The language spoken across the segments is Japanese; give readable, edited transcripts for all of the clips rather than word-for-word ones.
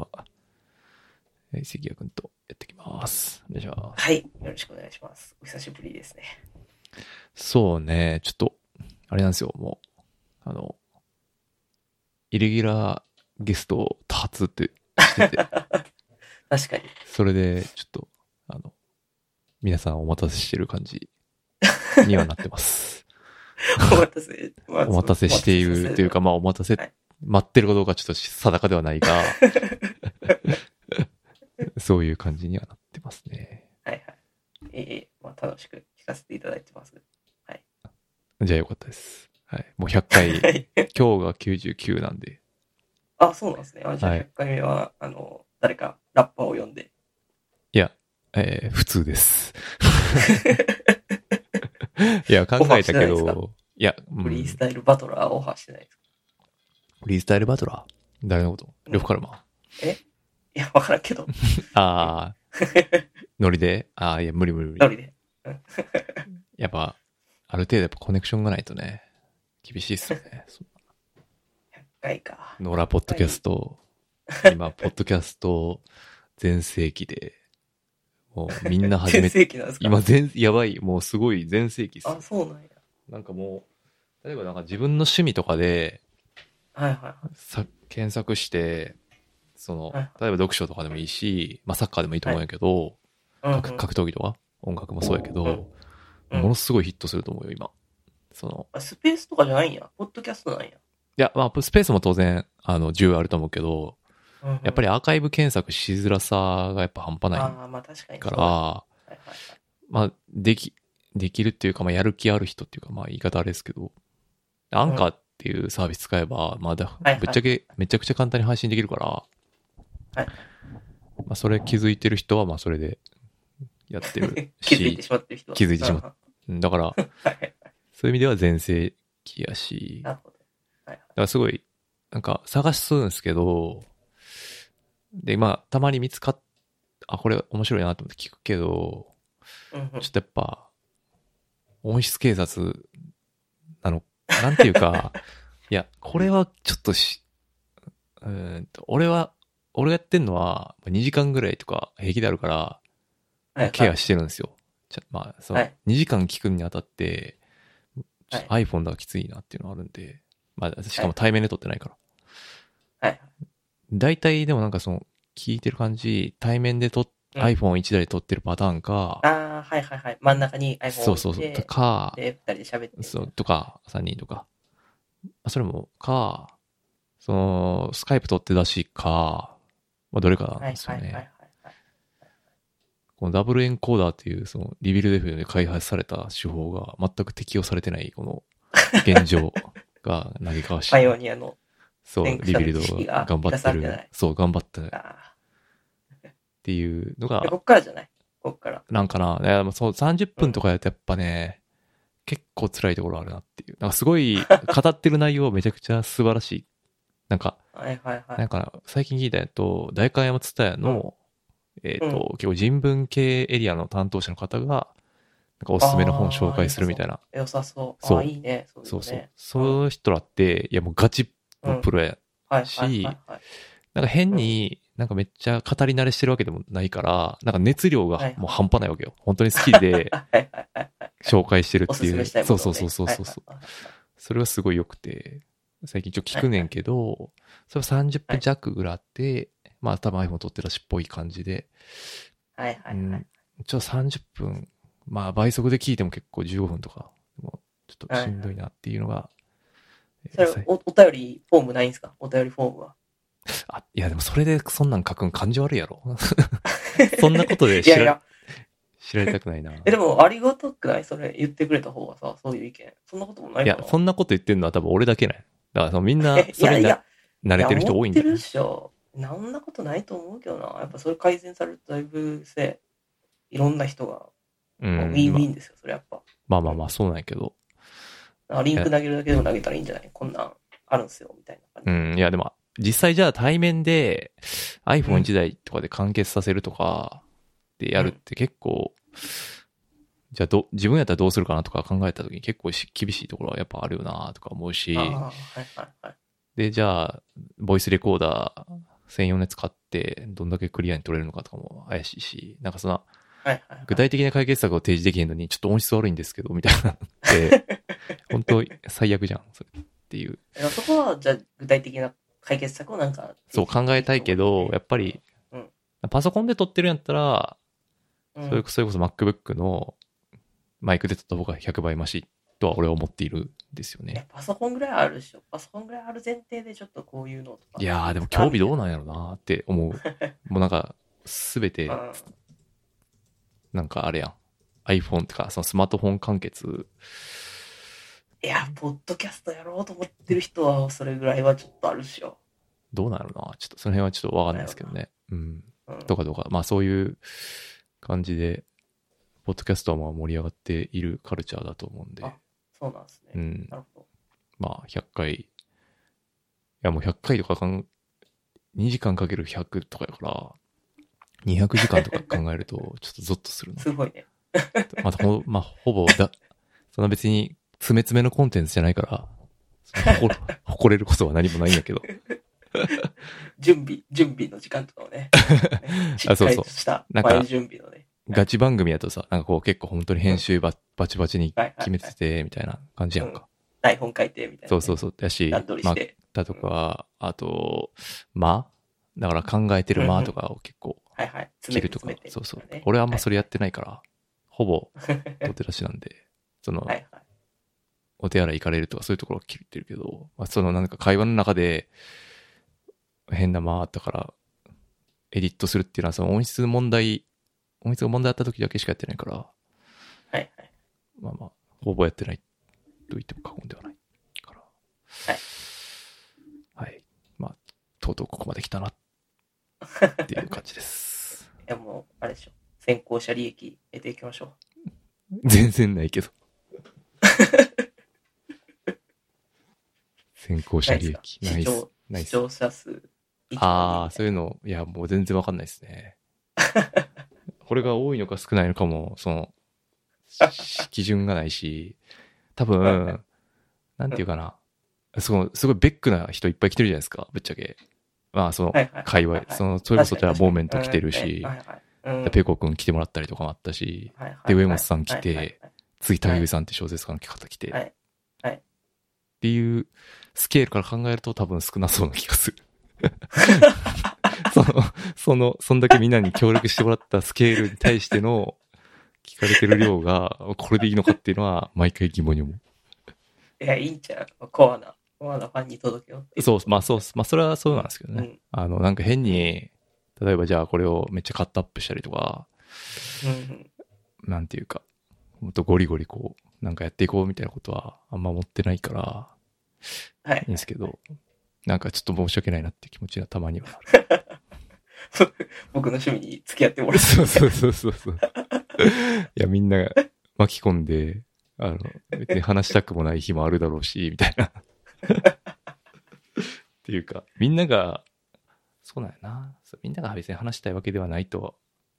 は、関谷くんとやっていきます。お願いします。 はい。よろしくお願いします。お久しぶりですね。 そうね、ちょっと、あれなんですよ、もう、イレギュラーゲストを多発ってしてて、 確かに。 それで、ちょっと、皆さんお待たせしてる感じにはなってます。 お待たせ、 お待たせしているというか、まあお待たせ、 はい、 待ってるかどうかちょっと定かではないが、そういう感じにはなってますね。 はいはい。まあ楽しく聞かせていただいてます。はい。 じゃあよかったです。はい。もう100回、 はい、 今日が99なんで。 あ、そうなんですね。じゃあ100回目は、誰かラッパーを呼んで。 いや、普通です。いや、考えたけど、いや、 フリースタイルバトラーオファーしてないですか？ フリースタイルバトラー誰のこと呂布カルマ？ いや、わからんけど。 ああ、ノリでいや、無理。 ノリで。 やっぱ、ある程度やっぱコネクションがないとね、厳しいっすよね。 100回か。 ノラポッドキャスト、今、ポッドキャスト全盛期で、もうみんな始めて、 全盛期なんですか？ 今やばい、もうすごい全盛期っす。 あ、そうなんや。 なんかもう、例えばなんか自分の趣味とかで、 はいはい検索して、 はい、 例えば読書とかでもいいし、まあサッカーでもいいと思うんやけど、 はい格闘技とか音楽もそうやけど、 うん、 ものすごいヒットすると思うよ、今。 スペースとかじゃないんや。ポッドキャストなんや。 いや、まあ、スペースも当然、需要あると思うけど、 うんうん、 やっぱりアーカイブ検索しづらさがやっぱ半端ないから、 まあ確かにはいはいはい、まあ、できるっていうか、まあ、やる気ある人っていうか、まあ、言い方あれですけど、アンカーっていうサービス使えば、まだ、ぶっちゃけ、めちゃくちゃ簡単に配信できるから、 はい、 まあ、それ気づいてる人は、まあ、それでやってるし、 気づいてしまってる人は。 気づいてしまって。だから、そういう意味では全盛期やし、 なるほど。はいはい、 だからすごい、なんか探すんですけど、で、まあ、たまに見つかっ、これ面白いなと思って聞くけど、 うんうん、 ちょっとやっぱ、音質警察なんていうか、いや、これはちょっと俺がやってんのは2時間ぐらいとか平気であるから、 はいはい、 ケアしてるんですよ。まあ、 はい、 2時間聞くにあたって、 はい、 iPhone だときついなっていうのがあるんで、まあ、しかも対面で撮ってないから。 はい。 大体でもなんか聞いてる感じ、対面でiPhone1 台で撮ってるパターンか、 はいはいはい。真ん中に iPhone 置いて、 とか、 で、2人で喋って。 そう、とか、3人とか。それも、スカイプ撮って出しか、まあ、どれかなんですよね。このダブルエンコーダーっていう、リビルデフで開発された手法が全く適用されてない、この、現状が嘆かわしい。 パイオニアの。 そう、リビルドが頑張ってる。そう、頑張ってる。っていうのが。 こっからじゃない？こっから。 なんかな。いや、そう、30分とかやとやっぱね、結構辛いところあるなっていう。なんかすごい、語ってる内容めちゃくちゃ素晴らしい。なんか、なんか、最近聞いたやと、代官山蔦屋の、結構人文系エリアの担当者の方が、なんかおすすめの本紹介するみたいな。 良さそう。そう。いいね。 そうそう。そういう人らって、いやもうガチのプロやし、なんか変に、なんかめっちゃ語り慣れしてるわけでもないから、なんか熱量がもう半端ないわけよ。本当に好きで、紹介してるっていう。そう。それはすごい良くて、最近一応聞くねんけど、それは30分弱ぐらいあって、まあ多分 iPhone 撮ってるしっぽい感じで、ちょっと30分、まあ倍速で聞いても結構15分とか、もうちょっとしんどいなっていうのが。 それお便りフォームないんですか？お便りフォームは。 いやでもそれでそんなん書くん感じ悪いやろ。そんなことで知られたくないな。 でもありがたくない？それ言ってくれた方がさ、そういう意見。そんなこともないかな。 いや、そんなこと言ってんのは多分俺だけない。だからみんな、それに慣れてる人多いんだよ。 思ってるっしょ。そんなことないと思うけどな。やっぱそれ改善されるとだいぶいろんな人が、ウィンウィンですよ、それやっぱ。 まあ、そうなんやけど。 リンク投げるだけでも投げたらいいんじゃないこんなんあるんすよ、みたいな感じ。いやでも、実際じゃあ対面で iPhone1 台とかで完結させるとかでやるって結構、じゃあ自分やったらどうするかなとか考えた時に結構厳しいところはやっぱあるよなとか思うし、で、じゃあ、ボイスレコーダー専用のやつ買ってどんだけクリアに撮れるのかとかも怪しいし、なんかそんな、具体的な解決策を提示できへんのにちょっと音質悪いんですけど、みたいなって、本当最悪じゃん、それっていう。 そこは、じゃあ具体的な解決策をなんか。 そう考えたいけど、やっぱり、パソコンで撮ってるんやったら、それこそ MacBook のマイクで撮った方が100倍マシとは俺は思っているんですよね。 パソコンぐらいあるでしょ。パソコンぐらいある前提でちょっとこういうのとか。 いやーでも興味どうなんやろなって思う。もうなんか、すべて、なんかあれやん。iPhone とか、そのスマートフォン完結。 いや、ポッドキャストやろうと思ってる人は、それぐらいはちょっとあるっしょ。 どうなるなちょっと、その辺はちょっとわかんないですけどね。どうかどうか。まあそういう感じで、ポッドキャストはまあ盛り上がっているカルチャーだと思うんで。 そうなんですね。なるほど。 まあ100回。いやもう100回とか2時間かける100とかやから、200時間とか考えると、ちょっとゾッとするな。 すごいね。 まあほぼそんな別に、詰め詰めのコンテンツじゃないから、誇れることは何もないんだけど。 準備の時間とかをね。しっかりとした前準備のね。 ガチ番組やとさ、なんかこう結構本当に編集バチバチに決めてて、みたいな感じやんか。 台本書いて、みたいな。 そう。だし、まあ、とか、あと、だから考えてるとかを結構、切るとか。そう。俺はあんまそれやってないから、ほぼ、お手出しなんで、お手洗い行かれるとかそういうところを切ってるけど、まあ、そのなんか会話の中で変なあったからエディットするっていうのはその音質が問題あった時だけしかやってないから、まあほぼやってないと言っても過言ではないから、まあとうとうここまで来たなっていう感じです。 いやもうあれでしょ、先行者利益得ていきましょう。全然ないけど。先行者利益。 視聴者数。 そういうの、いや、もう全然わかんないですね。これが多いのか少ないのかも、その、基準がないし、多分、なんていうかな、すごいベックな人いっぱい来てるじゃないですか、ぶっちゃけ。まあ、その、界隈、それこそじゃあ、モーメント来てるし、ペコ君来てもらったりとかもあったし、で、上本さん来て、次、竹上さんって小説家の方来て、っていうスケールから考えると多分少なそうな気がする。そんだけみんなに協力してもらったスケールに対しての聞かれてる量がこれでいいのかっていうのは毎回疑問に思う。 いや、いいんちゃう。コアなファンに届けよう。 そう、まあそれはそうなんですけどね。なんか変に、例えばじゃあこれをめっちゃカットアップしたりとか、なんていうか、もっとゴリゴリこう、なんかやっていこうみたいなことはあんま思ってないから、いいんですけど、なんかちょっと申し訳ないなっていう気持ちがたまにはある。 僕の趣味に付き合ってもらって。 そう。いや、みんな巻き込んで、別に話したくもない日もあるだろうし、みたいな。っていうか、みんなが、そうなんやな。みんなが別に話したいわけではないと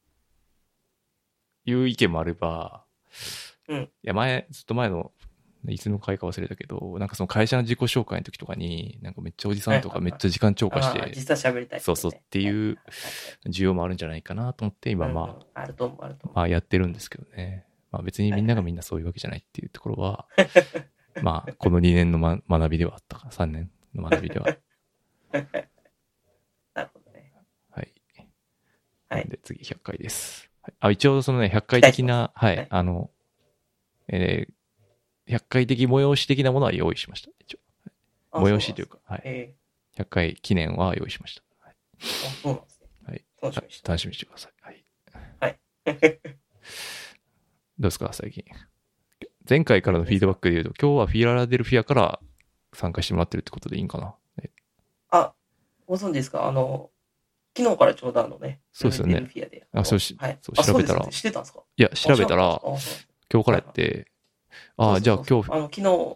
いう意見もあれば、いや、ずっと前の、いつの回か忘れたけど、なんかその会社の自己紹介の時とかに、なんかめっちゃおじさんとかめっちゃ時間超過して、 実は喋りたい、 そうっていう需要もあるんじゃないかなと思って、今あると思う。 まあやってるんですけどね。まあ別にみんながみんなそういうわけじゃないっていうところは、まあこの2年の学びではあったか、3年の学びでは。 なるほどね。 はい。なんで次100回です。一応そのね、100回的な、100回的催し的なものは用意しました。一応。催しというか、100回記念は用意しました。 そうなんですね。 はい。楽しみにしてください。 はい。 どうですか、最近。前回からのフィードバックで言うと、今日はフィラデルフィアから参加してもらってるってことでいいんかな。 ご存知ですか？昨日からちょうどね。 そうですよね。 フィアで。 そう調べたら。 知ってたんですか？ いや、調べたら、今日からやって、じゃあ今日。 昨日、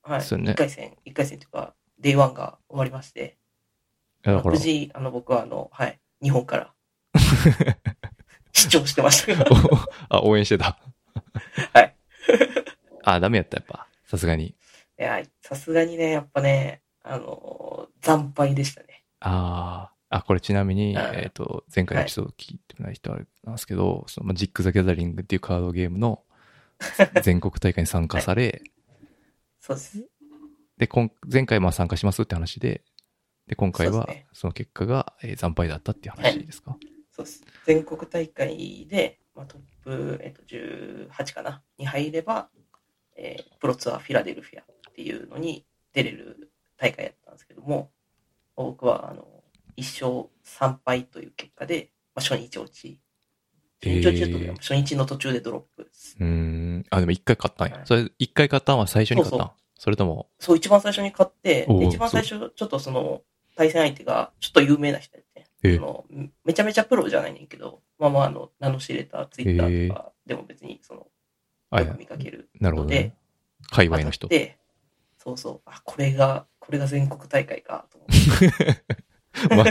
はい。1回戦というか、デイ1が終わりまして、無事、僕ははい、日本から視聴してましたあ、応援してた。 はい。 あ、ダメやった、やっぱ。さすがに。 いや、さすがにね、やっぱね、惨敗でしたね。 これちなみに、前回のエピソード聞いてない人はあれなんですけど、ジック・ザ・ギャザリングっていうカードゲームの全国大会に参加され、はい、 そうです。 で、前回参加しますって話で、今回はその結果が惨敗だったっていう話ですか？はい、 そうです。全国大会で、トップ、18かなに入れば、プロツアーフィラデルフィアっていうのに出れる大会やったんですけども、僕は1勝3敗という結果で、初日落ち。初日落ちというか、初日の途中でドロップです。 でも1回勝ったんや。はい、それ1回勝ったのは最初に勝ったん？それとも。 そう、一番最初に勝って、一番最初、ちょっと対戦相手がちょっと有名な人やって、めちゃめちゃプロじゃないねんけど、名の知れたツイッターとかでも別によく見かけるので、 なるほどね、界隈の人。 で、そう、これが全国大会かと思って。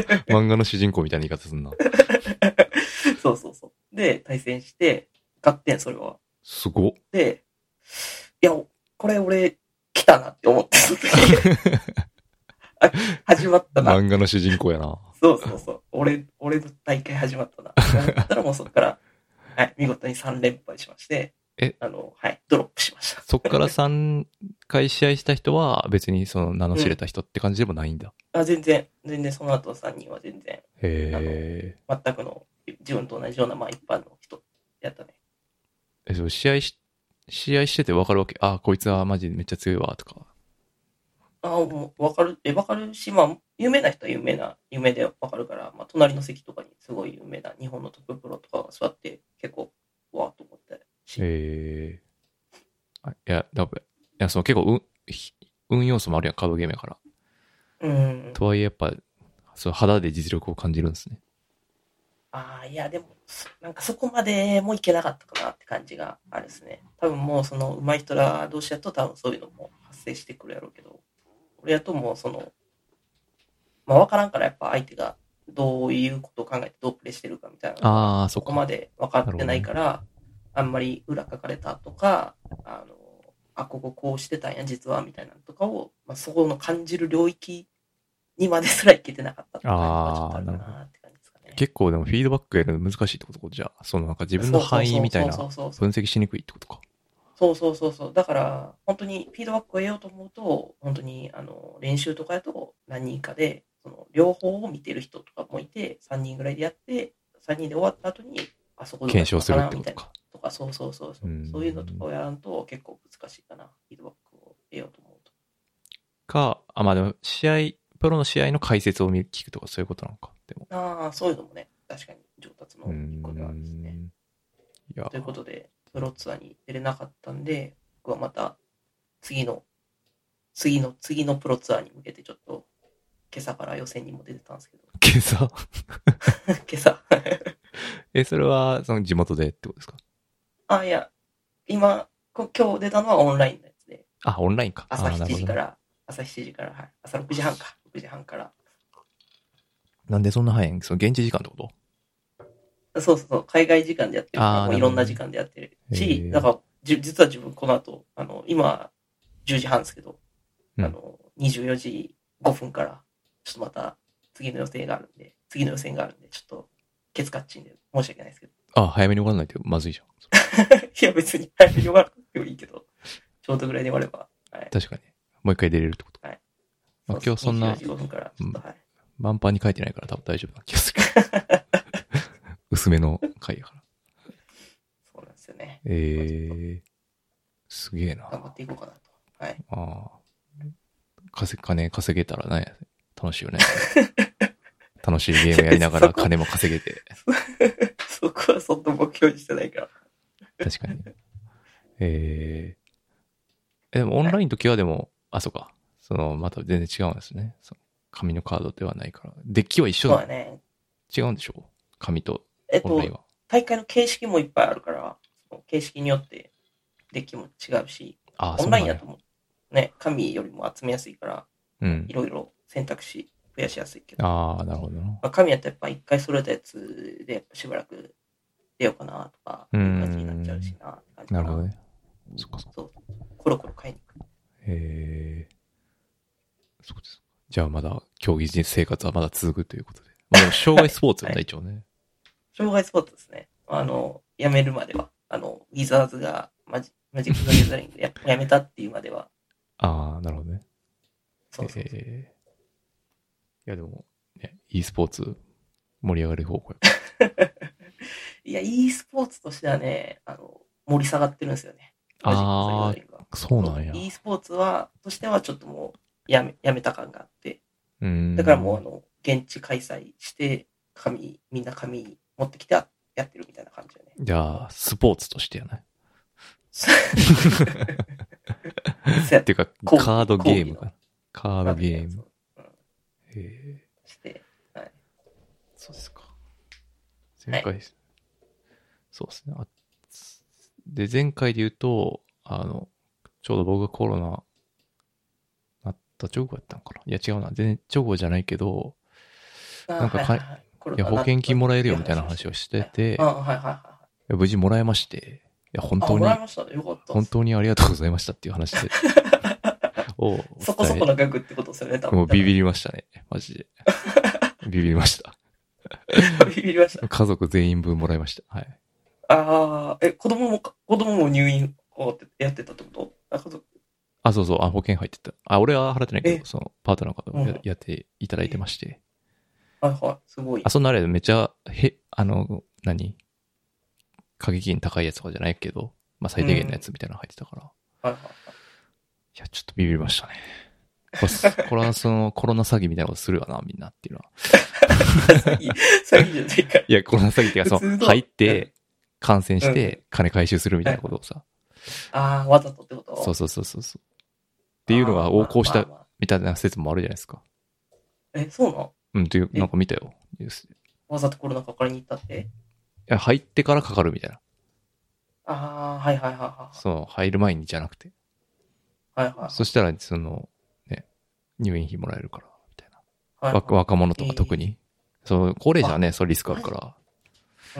漫画の主人公みたいな言い方すんな。 そう。で、対戦して、勝ってん、それは。 すごっ。 で、いや、これ俺、来たなって思って。始まったな。 漫画の主人公やな。 そう。俺の大会始まったな。だったらもうそこから、はい、見事に3連敗しまして、はい、ドロップしました。 そこから3回試合した人は別に名の知れた人って感じでもないんだ。 全然その後3人は全然、全くの自分と同じような一般の人やったね。 試合してて分かるわけ？こいつはマジでめっちゃ強いわとか。 もう分かるし、有名な人は有名で分かるから、隣の席とかにすごい有名な日本のトッププロとかが座って結構、わーっと思って。 いや、結構運要素もあるやん、カードゲームやから。とはいえやっぱ、肌で実力を感じるんですね。 いや、でも、なんかそこまでもいけなかったかなって感じがあるですね。多分もう上手い人ら同士だと多分そういうのも発生してくるやろうけど、俺やともう分からんからやっぱ相手がどういうことを考えてどうプレイしてるかみたいなそこまで分かってないから、あんまり裏書かれたとか、ここうしてたんや実はみたいなのとかを、そこの感じる領域にまですらいけてなかったって感じがちょっとあるかなって感じですかね。 結構でもフィードバックやるの難しいってことじゃあ、なんか自分の範囲みたいな分析しにくいってことか。 そう。だから、本当にフィードバックを得ようと思うと、本当に、練習とかだと何人かで、両方を見てる人とかもいて、3人ぐらいでやって、3人で終わった後に、そこで検証するってことか。 とか、そう。そういうのとかをやらんと結構難しいかな。フィードバックを得ようと思うと。 でもプロの試合の解説を聞くとかそういうことなのか。でもそういうのもね、確かに上達の一個ではあるんですね。ということで、プロツアーに出れなかったんで、僕はまた次のプロツアーに向けてちょっと今朝から予選にも出てたんですけど。 今朝今朝。 それは地元でってことですか？ いや、今日出たのはオンラインのやつで。 オンラインか。 朝7時から、はい。朝6時半か。6時半から。 なんでそんな早いん？現地時間ってこと？ そう。海外時間でやってるから、もういろんな時間でやってるし、だから、実は自分この後、今、10時半ですけど、24時5分から、ちょっとまた次の予選があるんで、ちょっと、ケツカッチンで申し訳ないですけど。 早めに終わらないとまずいじゃん。 いや、別に早めに終わらなくてもいいけど、ちょうどぐらいで終われば。はい、 確かに。もう一回出れるってこと。はい。今日そんな、 24時5分からちょっと、はい。 満帆に書いてないから多分大丈夫な気がする。薄めの回やから。 そうなんですよね。 すげえな。 頑張っていこうかなと。はい。 金稼げたらね、楽しいよね。楽しいゲームやりながら金も稼げて。 そこはそんな目標にしてないから。 確かに。でもオンラインの時はでも、そうか。また全然違うんですね。紙のカードではないから。デッキは一緒だ。 そうだね。 違うんでしょう？紙とオンラインは。 大会の形式もいっぱいあるから、形式によってデッキも違うし、オンラインだとね、紙よりも集めやすいから、 うん。 いろいろ選択肢増やしやすいけど。 ああ、なるほどな。 まあ、紙やったらやっぱ一回揃えたやつで、やっぱしばらく出ようかなとか、いう感じになっちゃうしな、って感じなるほどね。そっかそっか。 そう。コロコロ買いに行く。 そうです。じゃあまだ競技人生活はまだ続くということで。まあでも障害スポーツは一応ね、はい。 障害スポーツですね。やめるまでは。ウィザーズがマジック・ザ・ギャザリングやめたっていうまでは。 ああ、なるほどね。 そうそうそう。 いやでも、ね、e スポーツ盛り上がる方向や。いや、e スポーツとしてはね、盛り下がってるんですよね。 ああ、そうなんや。 e スポーツとしてはちょっともうやめた感があって。だからもう現地開催して、みんな紙持ってきてやってるみたいな感じだね。 じゃあ、スポーツとしてやね。っていうか、カードゲームか。カードゲーム。 して、はい。 そうですか。前回、はい、そうですね。で、前回で言うと、ちょうど僕がコロナなった直後やったんかな。いや違うな。全然直後じゃないけど、なんかいや、保険金もらえるよみたいな話をしてて、無事もらえまして、いや、本当に、本当にありがとうございましたっていう話で。 そこそこの額ってことですよね、多分。 もうビビりましたね。マジで。ビビりました。 ビビりました。 家族全員分もらいました。はい。 ああ、子供も入院をやってたってこと？家族。 あ、そうそう、保険入ってた。俺は払ってないけど、その、パートナーの方もやっていただいてまして。 はいはい、すごい。 そんなあれめっちゃ、掛け金高いやつとかじゃないけど、まあ最低限のやつみたいなの入ってたから。 はいはい。 いや、ちょっとビビりましたね。これはそのコロナ詐欺みたいなことするわな、みんなっていうのは。 詐欺じゃないか。 いや、コロナ詐欺っていうか、入って、感染して、金回収するみたいなことをさ。 ああ、わざとってこと？ そう。っていうのが横行したみたいな説もあるじゃないですか。 そうなの？ うん、っていう、なんか見たよ。 わざとコロナかかりに行ったって？ いや、入ってからかかるみたいな。 ああ、はいはいはいはい。 そう、入る前にじゃなくて。 はいはい。 そしたら、ね、入院費もらえるから、みたいな。はい、若者とか特に。高齢者はね、そうリスクあるから。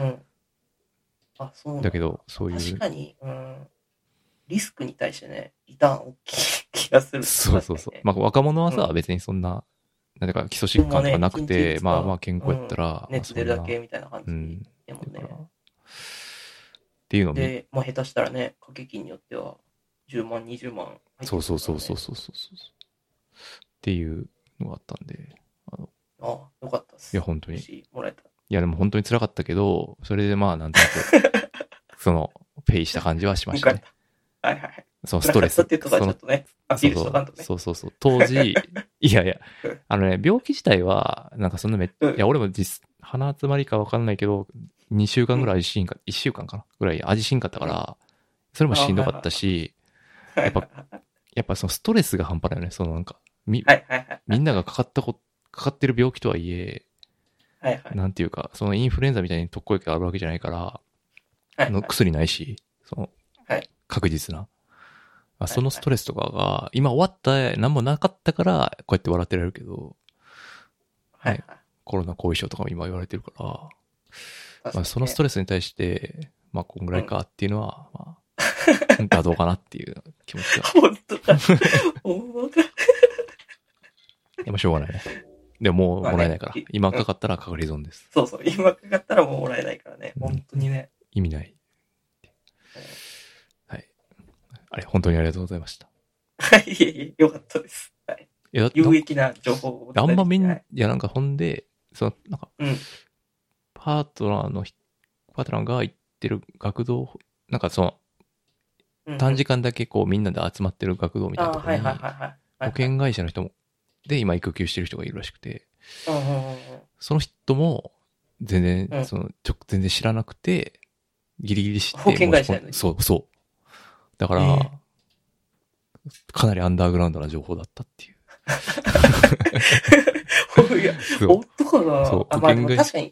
うん。あ、そうなんだ。 だけど、そういう。 確かに、リスクに対してね、リターン大きい気がする。 そう。まあ、若者はさ、別にそんな、なんか基礎疾患とかなくて、まあ健康やったら。 熱出るだけみたいな感じでもね。 っていうので、もう下手したらね、掛け金によっては、10万、20万入ってる、ね。そう。 っていうのがあったんで。 よかったっす。 いや、本当に。 もらえた。 いや、でも本当に辛かったけど、それでまあ、なんとなく、ペイした感じはしましたね。 はいはい。 そのストレス。 っていうとかちょっとね、アピールしとかんとね。 そう。当時、いや、病気自体は、なんかそんないや、俺も鼻詰まりかわかんないけど、2週間ぐらい1週間かなぐらい味しんかったから、それもしんどかったし、やっぱそのストレスが半端ないよね。なんか、みんながかかってる病気とはいえ、なんていうか、そのインフルエンザみたいに特効薬があるわけじゃないから、薬ないし、確実な。そのストレスとかが、今終わった何もなかったから、こうやって笑ってられるけど、コロナ後遺症とかも今言われてるから、まあ、そのストレスに対して、まあ、こんぐらいかっていうのは、まあ、妥当かなっていう気持ちが。 本当だ。 でもしょうがないね。でももうもらえないから。今かかったらかかり損です。 そう。今かかったらもうもらえないからね。本当にね。 意味ない。はい。本当にありがとうございました。 はい、よかったです。はい。有益な情報を。 あんまなんかほんで、なんか、パートナーが行ってる学童、なんか短時間だけみんなで集まってる学童みたいなところに、保険会社の人も、で今育休してる人がいるらしくて、その人も全然、全然知らなくて、ギリギリ知って、 保険会社やのに。 そう。だから、かなりアンダーグラウンドな情報だったっていう。 いや、本当かな。そう、まあ、確かに、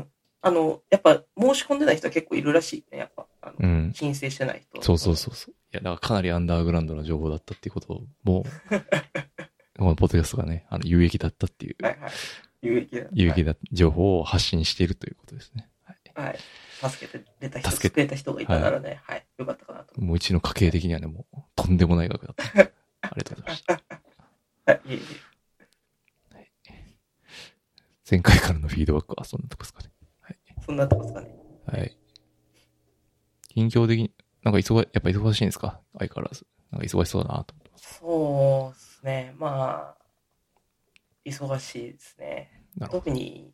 やっぱ申し込んでない人は結構いるらしいね、やっぱ。申請してない人。 そう。いや、だからかなりアンダーグラウンドの情報だったっていうことも、このポッドキャストがね、有益だったっていう。 はいはい。有益な情報を発信しているということですね。はい。 はい。助けてれた人、救えた人がいたならね、はい。よかったかなと。 もううちの家計的にはね、もう、とんでもない額だった。ありがとうございました。 はい、いえいえ。 はい。前回からのフィードバックはそんなとこですかね。はい。 そんなとこですかね。 はい。近況的に、なんかやっぱ忙しいんですか？相変わらず。なんか忙しそうだなと思ってます。 そうですね。まあ、忙しいですね。特に、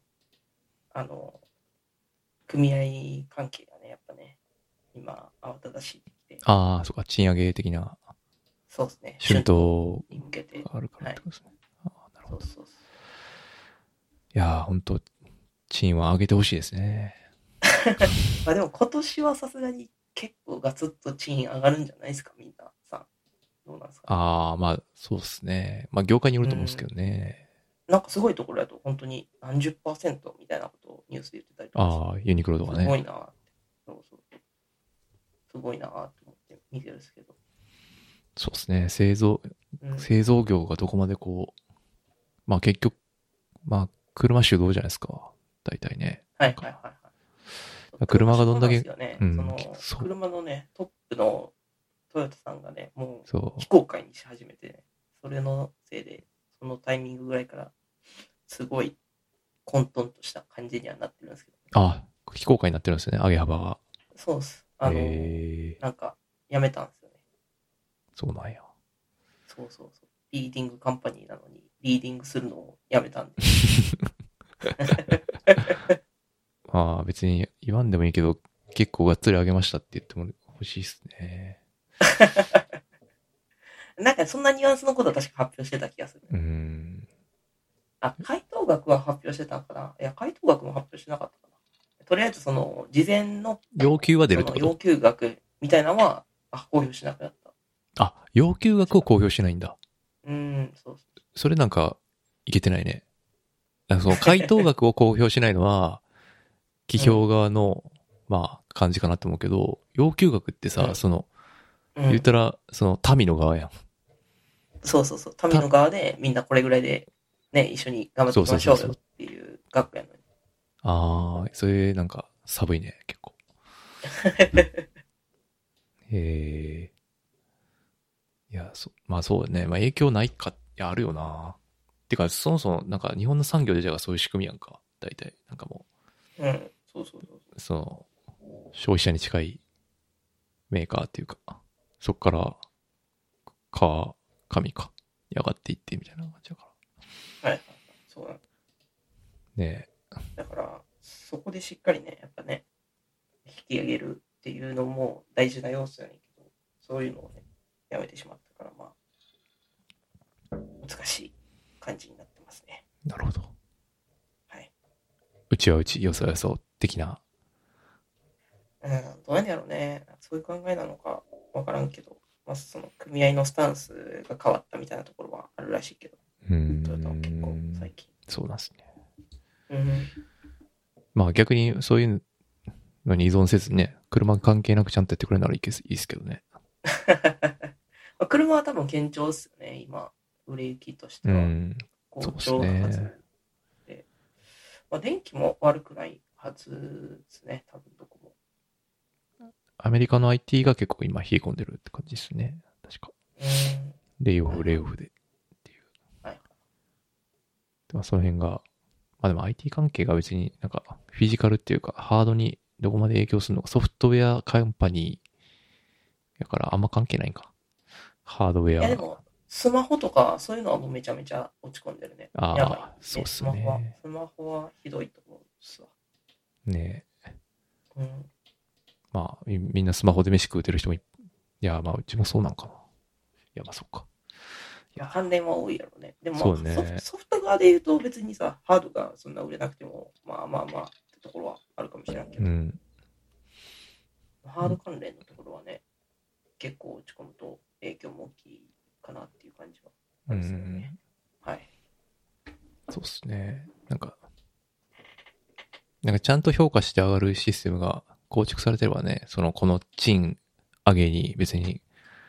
組合関係がね、やっぱね、今、慌ただしいって。 ああ、そうか、賃上げ的な。 そうですね。 春闘に向けて。 があるからってことですね。 はい、 ああ、なるほど。 そう。 いやー、ほんと、賃は上げてほしいですね。 まあでも今年はさすがに結構ガツッと賃上がるんじゃないですか、みんなさ。どうなんですか、ね、 ああ、まあ、そうですね。まあ、業界によると思うんですけどね。 なんかすごいところだと本当に何十%みたいなことをニュースで言ってたりとか。 ああ、ユニクロとかね。 すごいなって。そう。すごいなって思って見てるんですけど。 そうですね。製造業がどこまでこう、まあ結局、まあ車主導じゃないですか。大体ね。 はい。 車がどんだけ、 ね、車のね、トップのトヨタさんがね、もう非公開にし始めて、ね、それのせいで、そのタイミングぐらいから、すごい混沌とした感じにはなってるんですけど、ね。 ああ、非公開になってるんですよね、上げ幅が。 そうです。なんか、やめたんですよね。そうなんや。 そう。リーディングカンパニーなのに、リーディングするのをやめたんで。 まあ別に言わんでもいいけど、結構がっつり上げましたって言っても欲しいっすね。 なんかそんなニュアンスのことは確か発表してた気がする。回答額は発表してたのかな。いや、回答額も発表してなかったかな。とりあえずその、事前の要求は出るってこと？ 要求額みたいなのは、公表しなくなった。 あ、要求額を公表しないんだ。 そう。 それなんか、いけてないね。その回答額を公表しないのは、企業側の、まあ、感じかなと思うけど、要求額ってさ、言ったら、民の側やん。 そう。民の側で、みんなこれぐらいで、ね、一緒に頑張っていきましょうよっていう額やのに。 ああ、それなんか、寒いね、結構。いや、まあそうね。まあ影響ないか、いや、あるよな。てか、そもそも、なんか日本の産業でじゃあそういう仕組みやんか。大体。なんかもう。そう。 消費者に近いメーカーっていうか、そっから、紙か、に上がっていってみたいな感じだから。はい。そうだ。 ねえ。だから、そこでしっかりね、やっぱね、引き上げるっていうのも大事な要素やねんけど、そういうのをね、やめてしまったから、まあ、難しい感じになってますね。 なるほど。 はい。 うちはうち、よそよそ的な。 どうなんやろうね。そういう考えなのかわからんけど、まあ、その組合のスタンスが変わったみたいなところはあるらしいけど、トヨタは結構最近。 そうなんですね。まあ逆にそういうのに依存せずね、車関係なくちゃんとやってくれるならいいですけどね。 車は多分堅調ですよね、今、売れ行きとしては。好調なはずで。まあ、電気も悪くないはずですね、多分どこも。 アメリカの IT が結構今冷え込んでるって感じですね。確か。レイオフでっていう。 はい。 でもその辺が、まあでも IT 関係が別になんかフィジカルっていうかハードにどこまで影響するのか、ソフトウェアカンパニーだからあんま関係ないんか。ハードウェア。 いやでも、スマホとかそういうのはもうめちゃめちゃ落ち込んでるね。 ああ、 やばい、ね、 そうっすね。 スマホはひどいと思うんですわ。 ねえ。まあ、みんなスマホで飯食うてる人もいや、まあ、うちもそうなんかな。いや、まあ、そっか。 いや、関連は多いやろうね。でも、 そうね、 ソフト側で言うと別にさ、ハードがそんな売れなくても、まあってところはあるかもしれないけど、ハード関連のところはね、結構落ち込むと影響も大きいかなっていう感じはあるんですよね。はい。 そうっすね。なんかちゃんと評価して上がるシステムが構築されてればね、この賃上げに別に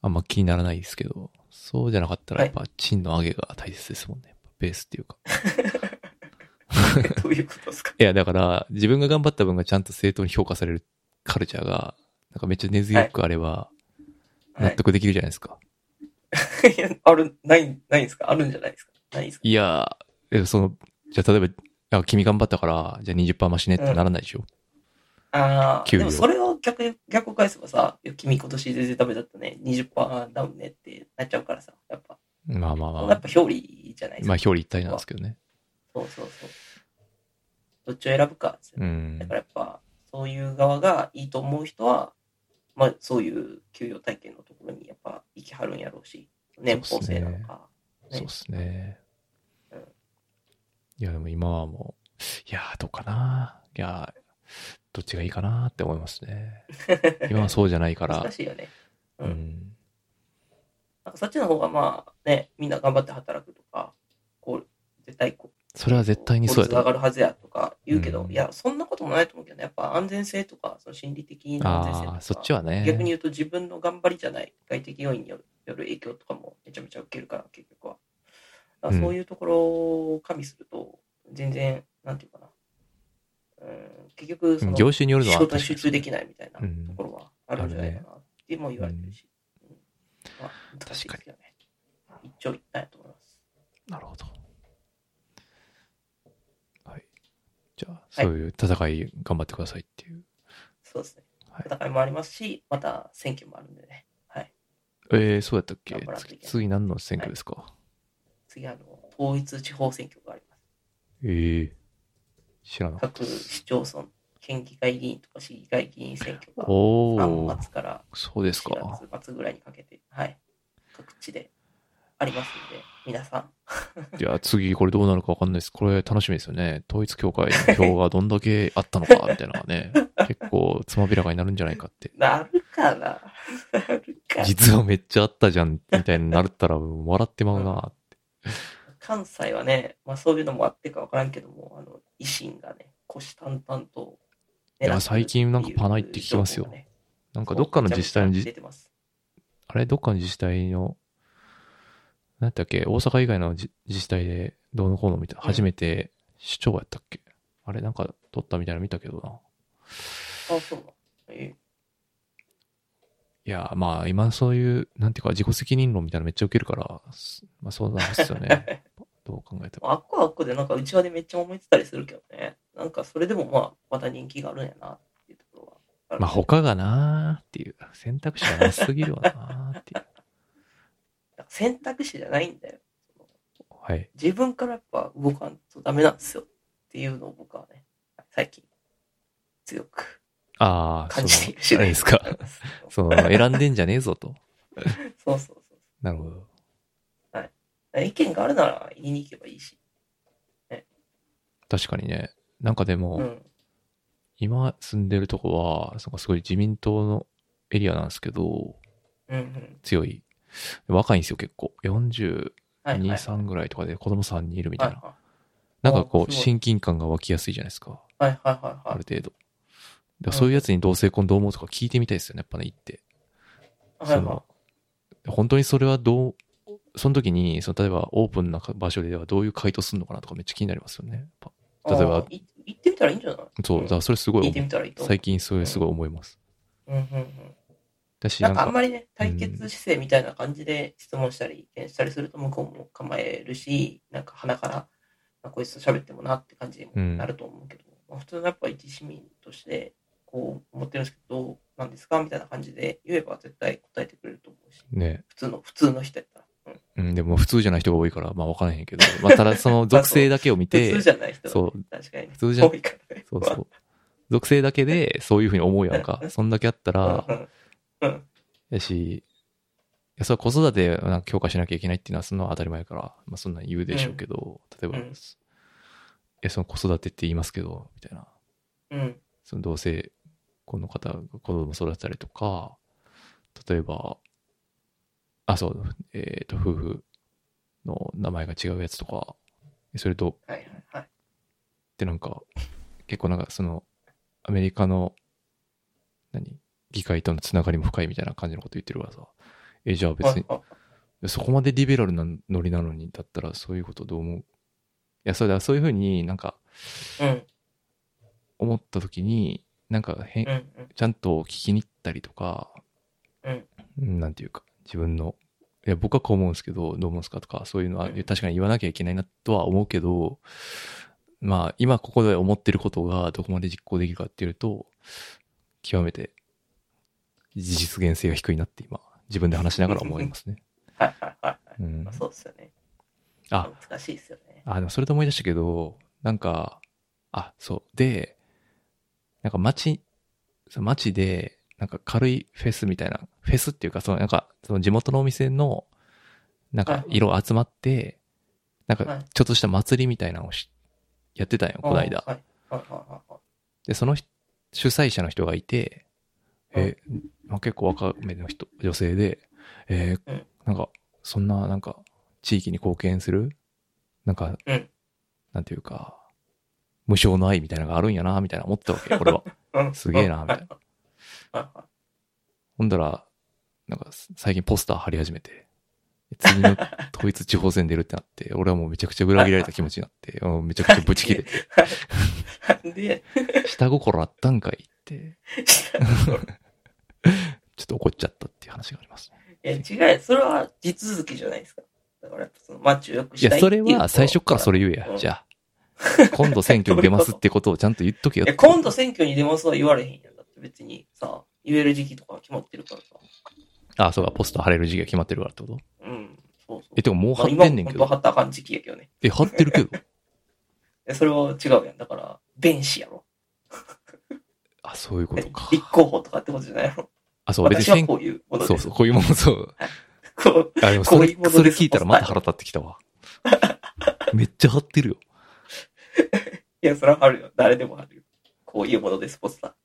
あんま気にならないですけど、そうじゃなかったらやっぱ賃の上げが大切ですもんね。ベースっていうか。 どういうことですか？ いや、だから自分が頑張った分がちゃんと正当に評価されるカルチャーが、なんかめっちゃ根強くあれば、納得できるじゃないですか。 いや、ないんですか？あるんじゃないですか？ないですか？ いや、じゃあ例えば、君頑張ったから、じゃあ 20% 増しねってならないでしょ。 ああ、でもそれを逆返せばさ、君今年全然ダメだったね、20% ダウンねってなっちゃうからさ、やっぱ。 まあ。 やっぱ表裏じゃないですか。 まあ表裏一体なんですけどね。 そう。どっちを選ぶかですよ。だからやっぱ、そういう側がいいと思う人は、まあそういう給与体系のところにやっぱ行きはるんやろうし、年俸制なのか。 そうですね。いやでも今はもう、いやどうかな。いやどっちがいいかなって思いますね。今はそうじゃないから。 難しいよね。なんかそっちの方がまあね、みんな頑張って働くとか、絶対それは絶対にそうやと。 上がるはずやとか言うけど、いや、そんなこともないと思うけどね。やっぱ安全性とか、その心理的な安全性とか。 そっちはね。 逆に言うと自分の頑張りじゃない外的要因による影響とかもめちゃめちゃ受けるから、結局は。だからそういうところを加味すると、全然、なんていうかな。結局、 業種によるのは仕事に集中できないみたいなところはあるんじゃないかなっても言われてるし。まあ、難しいですよね。一長一短やと思います。 なるほど。はい。じゃあ、そういう戦い頑張ってくださいっていう。 そうですね。戦いもありますし、また選挙もあるんでね。はい。 そうやったっけ？次何の選挙ですか？ 次統一地方選挙があります。 知らなかった。 各市町村、県議会議員とか市議会議員選挙が3月から4月末ぐらいにかけて、はい、各地でありますので、皆さん。 いや、次これどうなるかわかんないです。これ楽しみですよね。統一教会の票がどんだけあったのか、みたいなのがね、結構つまびらかになるんじゃないかって。 なるかな実はめっちゃあったじゃん、みたいになったら笑ってまうなって。 関西はね、まあそういうのもあってかわからんけども、維新がね、虎視眈々と。 いや、最近なんかパナイって聞きますよ。なんかどっかの自治体のどっかの自治体の、なんだっけ、大阪以外の自治体でどうのこうのみたいな、初めて市長やったっけ？あれなんか取ったみたいなの見たけどな。 そうな。 いや、まあ今そういう、なんていうか自己責任論みたいなのめっちゃ受けるから、まあそうなんですよね。どう考えても。 あっこはあっこでなんか内輪でめっちゃ思いてたりするけどね。なんかそれでもまあまた人気があるんやなっていうところはある。 まあ他がなーっていう、選択肢がなすぎるわなーっていう。 選択肢じゃないんだよ。 はい。 自分からやっぱ動かんとダメなんですよっていうのを僕はね、最近強く感じているしないですか。選んでんじゃねえぞと。 そう。 なるほど。 はい。意見があるなら言いに行けばいいし。ね、 確かにね。なんかでも、今住んでるとこは、すごい自民党のエリアなんですけど、強い。若いんですよ、結構。42、3ぐらいとかで子供3人いるみたいな。なんかこう、親近感が湧きやすいじゃないですか。ある程度。そういうやつに同性婚どう思うとか聞いてみたいですよね、やっぱね、言って。本当にそれはその時に、例えばオープンな場所ではどういう回答するのかなとかめっちゃ気になりますよね。例えば。 行ってみたらいいんじゃない？ そう、だからそれすごい最近それすごい思います。 なんかあんまりね、対決姿勢みたいな感じで質問したり、意見したりすると向こうも構えるし、なんか鼻から、こいつと喋ってもなって感じにもなると思うけど、普通のやっぱ一市民として、こう思ってるんですけど、どうなんですかみたいな感じで言えば絶対答えてくれると思うし。 ね。 普通の人やったら。 でも普通じゃない人が多いから、まあ分からへんけど、まあただその属性だけを見て、 普通じゃない人そう、 確かに。 普通じゃ多いからね。 そう。属性だけでそういうふうに思うやんか。そんだけあったら、やし、それは子育てなんか強化しなきゃいけないっていうのはその当たり前から、まあそんなん言うでしょうけど、例えば、その子育てって言いますけど、みたいな。その同性婚の方が子供育てたりとか、例えば、夫婦の名前が違うやつとか、それと、でなんか、結構なんかアメリカの、議会とのつながりも深いみたいな感じのこと言ってるからさ、 じゃあ別に、そこまでリベラルなノリなのに、だったらそういうことどう思う？いや、そういうふうになんか、思った時に、なんかちゃんと聞きに行ったりとか、なんていうか、自分の、いや、僕はこう思うんですけど、どう思うんですかとか、そういうのは確かに言わなきゃいけないなとは思うけど、まあ、今ここで思ってることがどこまで実行できるかっていうと、極めて実現性が低いなって今、自分で話しながら思いますね。 はいはいはい。そうですよね。難しいですよね。 でもそれと思い出したけど、なんか、そう。で、なんか街で、なんか軽いフェスみたいな、フェスっていうか、なんか、その地元のお店の、なんか、色集まって、なんか、ちょっとした祭りみたいなのをやってたんよ、この間。で、その主催者の人がいて、結構若めの人、女性で、なんか、そんな、なんか、地域に貢献する、なんか、なんていうか、無償の愛みたいなのがあるんやな、みたいな思ったわけ、俺は。すげえな、みたいな。ほんだら、なんか、最近ポスター貼り始めて、次の統一地方選出るってなって、俺はもうめちゃくちゃ裏切られた気持ちになって、めちゃくちゃブチ切れて。下心あったんかいって、ちょっと怒っちゃったっていう話があります。 違う、それは地続きじゃないですか。だから、そのマッチをよくしたい。 いや、それは最初からそれ言えや、じゃあ。今度選挙に出ますってことをちゃんと言っとけよ。 今度選挙に出ますは言われへんやん。だって別にさ、言える時期とか決まってるからさ。 そうか、ポスター貼れる時期が決まってるからってこと？ そうそう。 でももう貼ってんねんけど。 今貼ったらあかん時期やけどね。 貼ってるけど。 それは違うやん。だから、弁士やろ。 そういうことか。 立候補とかってことじゃないやろ。 そう、 別に。私はこういうものです。 そう、こういうもの、そう。でもそれ聞いたらまた腹立ってきたわ。めっちゃ貼ってるよ。 いや、それは貼るよ。誰でも貼るよ。こういうものです、ポスタ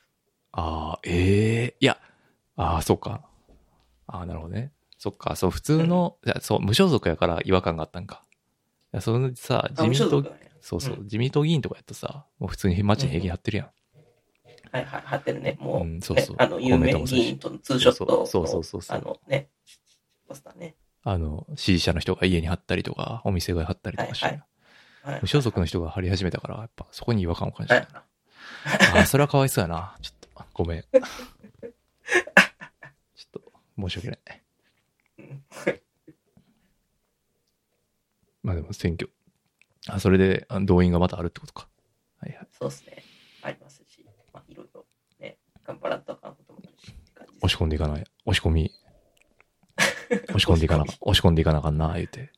ー。いや、そうか。なるほどね。そっか、そう、普通の、そう、無所属やから違和感があったんか。そのさ、自民党、そう、自民党議員とかやったさ、もう普通に街に平気に貼ってるやん。 はいはい、貼ってるね。もう、 そうそう。 有名議員とのツーショット。 そう。 ポスターね。 支持者の人が家に貼ったりとか、お店が貼ったりとかして。無所属の人が貼り始めたから、やっぱそこに違和感を感じたな。それはかわいそうやな。ちょっと、ごめん。ちょっと、申し訳ない。まあでも選挙。それで動員がまたあるってことか。はいはい。 そうですね。ありますし、まあいろいろね、頑張らんとあかんこともあるしって感じ。 押し込んでいかない。押し込んでいかなあかんな、言うて。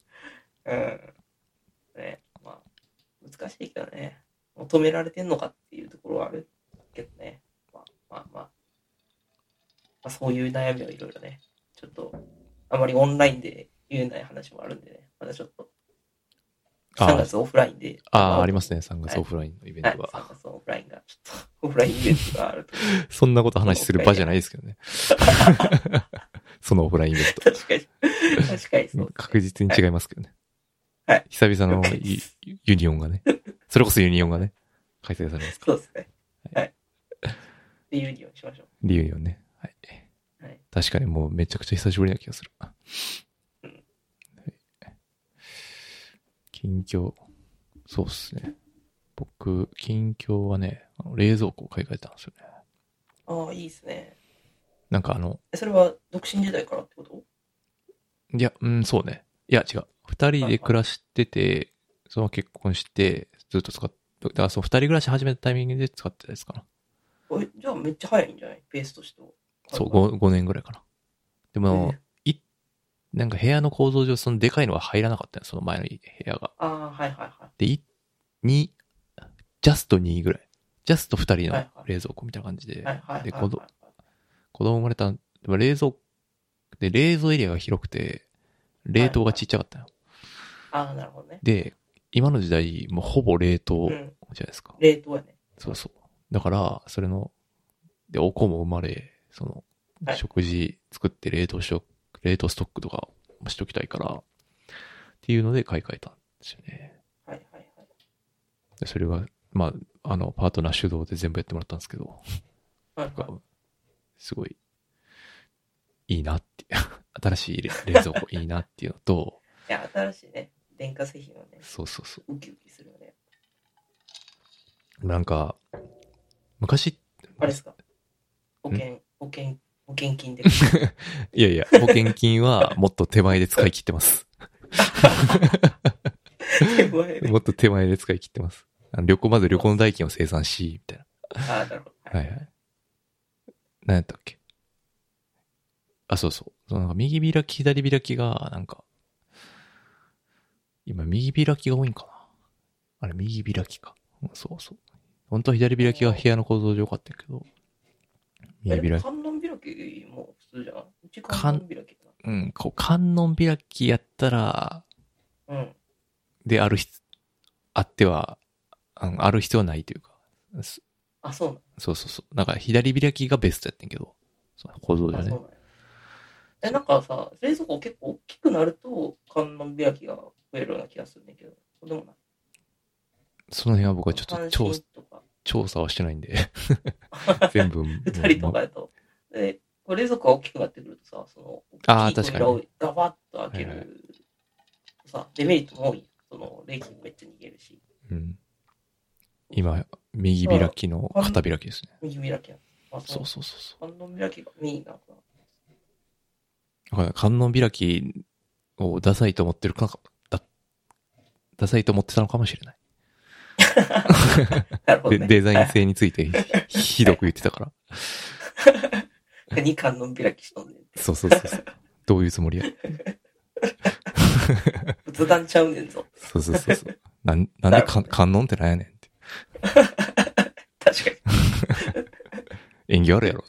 ね、まあ、難しいけどね。求められてんのかっていうところはあるけどね。まあ、そういう悩みをいろいろね、ちょっと、あまりオンラインで言えない話もあるんでね、まだちょっと、3月オフラインで。 ありますね、3月オフラインのイベントが。 3月オフラインが、ちょっと、オフラインイベントがあると。 そんなこと話する場じゃないですけどね。そのオフラインイベント。 確かにそう、ね。 確実に違いますけどね。 はい。 久々のユニオンがね。それこそユニオンがね、開催されますから。 そうですね。はい。リユニオンしましょう。 リユニオンね。はい。確かにもうめちゃくちゃ久しぶりな気がする。近況。そうっすね。僕、近況はね、冷蔵庫を買い替えたんですよね。 いいですね。 なんかそれは独身時代からってこと？ いや、そうね。いや、違う。二人で暮らしてて、その結婚して、ずっと使って、だからそう、二人暮らし始めたタイミングで使ってたやつかな。 じゃあめっちゃ早いんじゃない？ペースとしては。 そう、5年ぐらいかな。でも、なんか部屋の構造上、そのでかいのが入らなかったよ、その前の部屋が。 はい。 で、ジャスト2ぐらい。ジャスト2人の冷蔵庫みたいな感じで。で、子供生まれた、でも冷蔵エリアが広くて、冷凍がちっちゃかったよ。 なるほどね。 で、今の時代、もうほぼ冷凍じゃないですか。 冷凍やね。 そうそう。だから、それの、で、お子も生まれ、その、食事作って冷凍ストックとかしときたいから、っていうので買い替えたんですよね。でそれが、まあ、パートナー主導で全部やってもらったんですけど、すごい、いいなって。 新しい冷蔵庫いいなっていうのと、 いや、新しいね、電化製品はね、 そうそうそう。 ウキウキするよね。 なんか、昔、 あれですか、保険金で。 いやいや、保険金はもっと手前で使い切ってます。もっと手前で使い切ってます。まず旅行の代金を生産し、みたいな。 ああ、なるほど。 はいはい。何やったっけ。あ、そうそう。なんか右開き、左開きが、なんか、今右開きが多いんかな。あれ、右開きか。そうそう。本当は左開きが部屋の構造上良かったけど、右開き。 観音開きも普通じゃん。うち観音開きだ。 うん、観音開きやったら、 うん。 で、あっては、ある必要はないというか。 あ、そうなの。 そうそうそう。なんか左開きがベストやってんけど、その構造じゃね。 そうなんなんかさ、冷蔵庫結構大きくなると観音開きが増えるような気がするんだけど、そうでもない。 その辺は僕はちょっと調査はしてないんで。全部。 二人とかだと。で、冷蔵庫が大きくなってくるとさ、その、大きい扉をガバッと開ける、はいはい、さ、デメリットも多い。その、冷気もめっちゃ逃げるし。 うん。今、右開きの片開きですね。 右開き。 そうそう。 観音開きがメインなのかな。観音開きをダサいと思ってダサいと思ってたのかもしれない。 なるほどね、 デザイン性についてひどく言ってたから。 何観音開きしとんねんって。 そう。どういうつもりや。 仏壇ちゃうねんぞ。 そう。なんで観音ってなんやねんって。 確かに。 縁起あるやろって。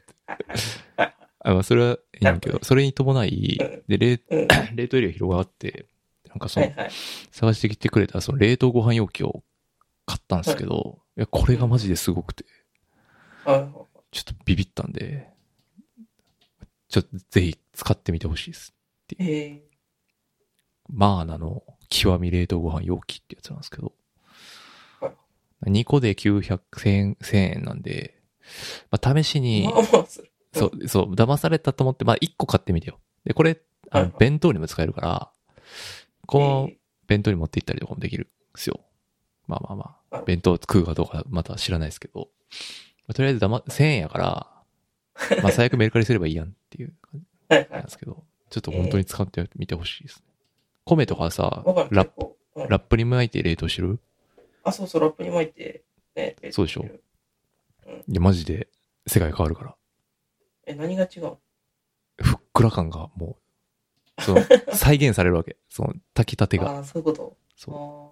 それはいいんだけど、それに伴い、で、冷凍エリア広がって、なんか探してきてくれたその冷凍ご飯容器を買ったんですけど、いや、これがマジですごくて、ちょっとビビったんで、ちょっとぜひ使ってみてほしいですっていう。マーナの極み冷凍ご飯容器ってやつなんですけど、2個で1000円なんで、まあ、試しに、そう、騙されたと思って、まあ、1個買ってみてよ。で、これ、弁当にも使えるから、この弁当に持って行ったりとかもできるんですよ。まあ、弁当食うかどうかまた知らないですけど、まあ、とりあえず1000円やから、まあ、最悪メルカリすればいいやんっていう感じなんですけど、ちょっと本当に使ってみてほしいですね。米とかさ、ラップに巻いて冷凍してる？ あ、そう、ラップに巻いて、ね、 そうでしょ。いや、マジで世界変わるから。 何が違う？ ふっくら感がもう、再現されるわけ。その炊きたてが。 あ、そういうこと。 そう。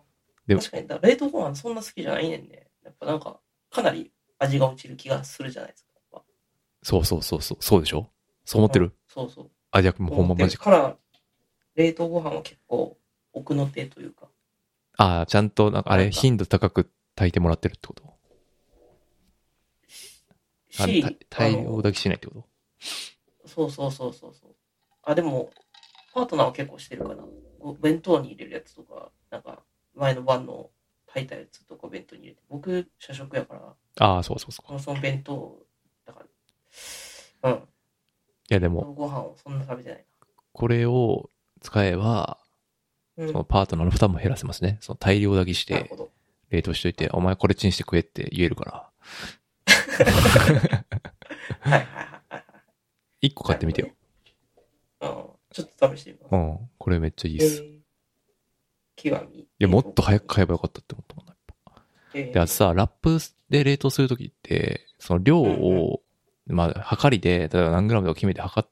でも確かに、冷凍ご飯そんな好きじゃないねんね。やっぱなんか、かなり味が落ちる気がするじゃないですか。 そう。そうでしょ？そう思ってる？ そう。 あ、じゃあもうほんまマジか。から、冷凍ご飯は結構、奥の手というか。 ああ、ちゃんと、なんかあれ、頻度高く炊いてもらってるってこと？大量炊きしないってこと？ そう。あ、でも、パートナーは結構してるかな。弁当に入れるやつとか、なんか、前の晩の炊いたやつとか弁当に入れて。僕、社食やから。 ああ、そう。 その弁当、だから、うん。いや、でも、 ご飯をそんな食べてないな。 これを使えば、そのパートナーの負担も減らせますね。その大量炊きして、冷凍しといて、お前これチンして食えって言えるから。 はい。 1個買ってみてよ。 ちょっと試してみます。 これめっちゃいいっす。 極み。 いや、もっと早く買えばよかったって思ったもんな、やっぱ。で、あとさ、ラップで冷凍するときって、その量を、まあ、測りで、例えば何グラムとか決めて測って、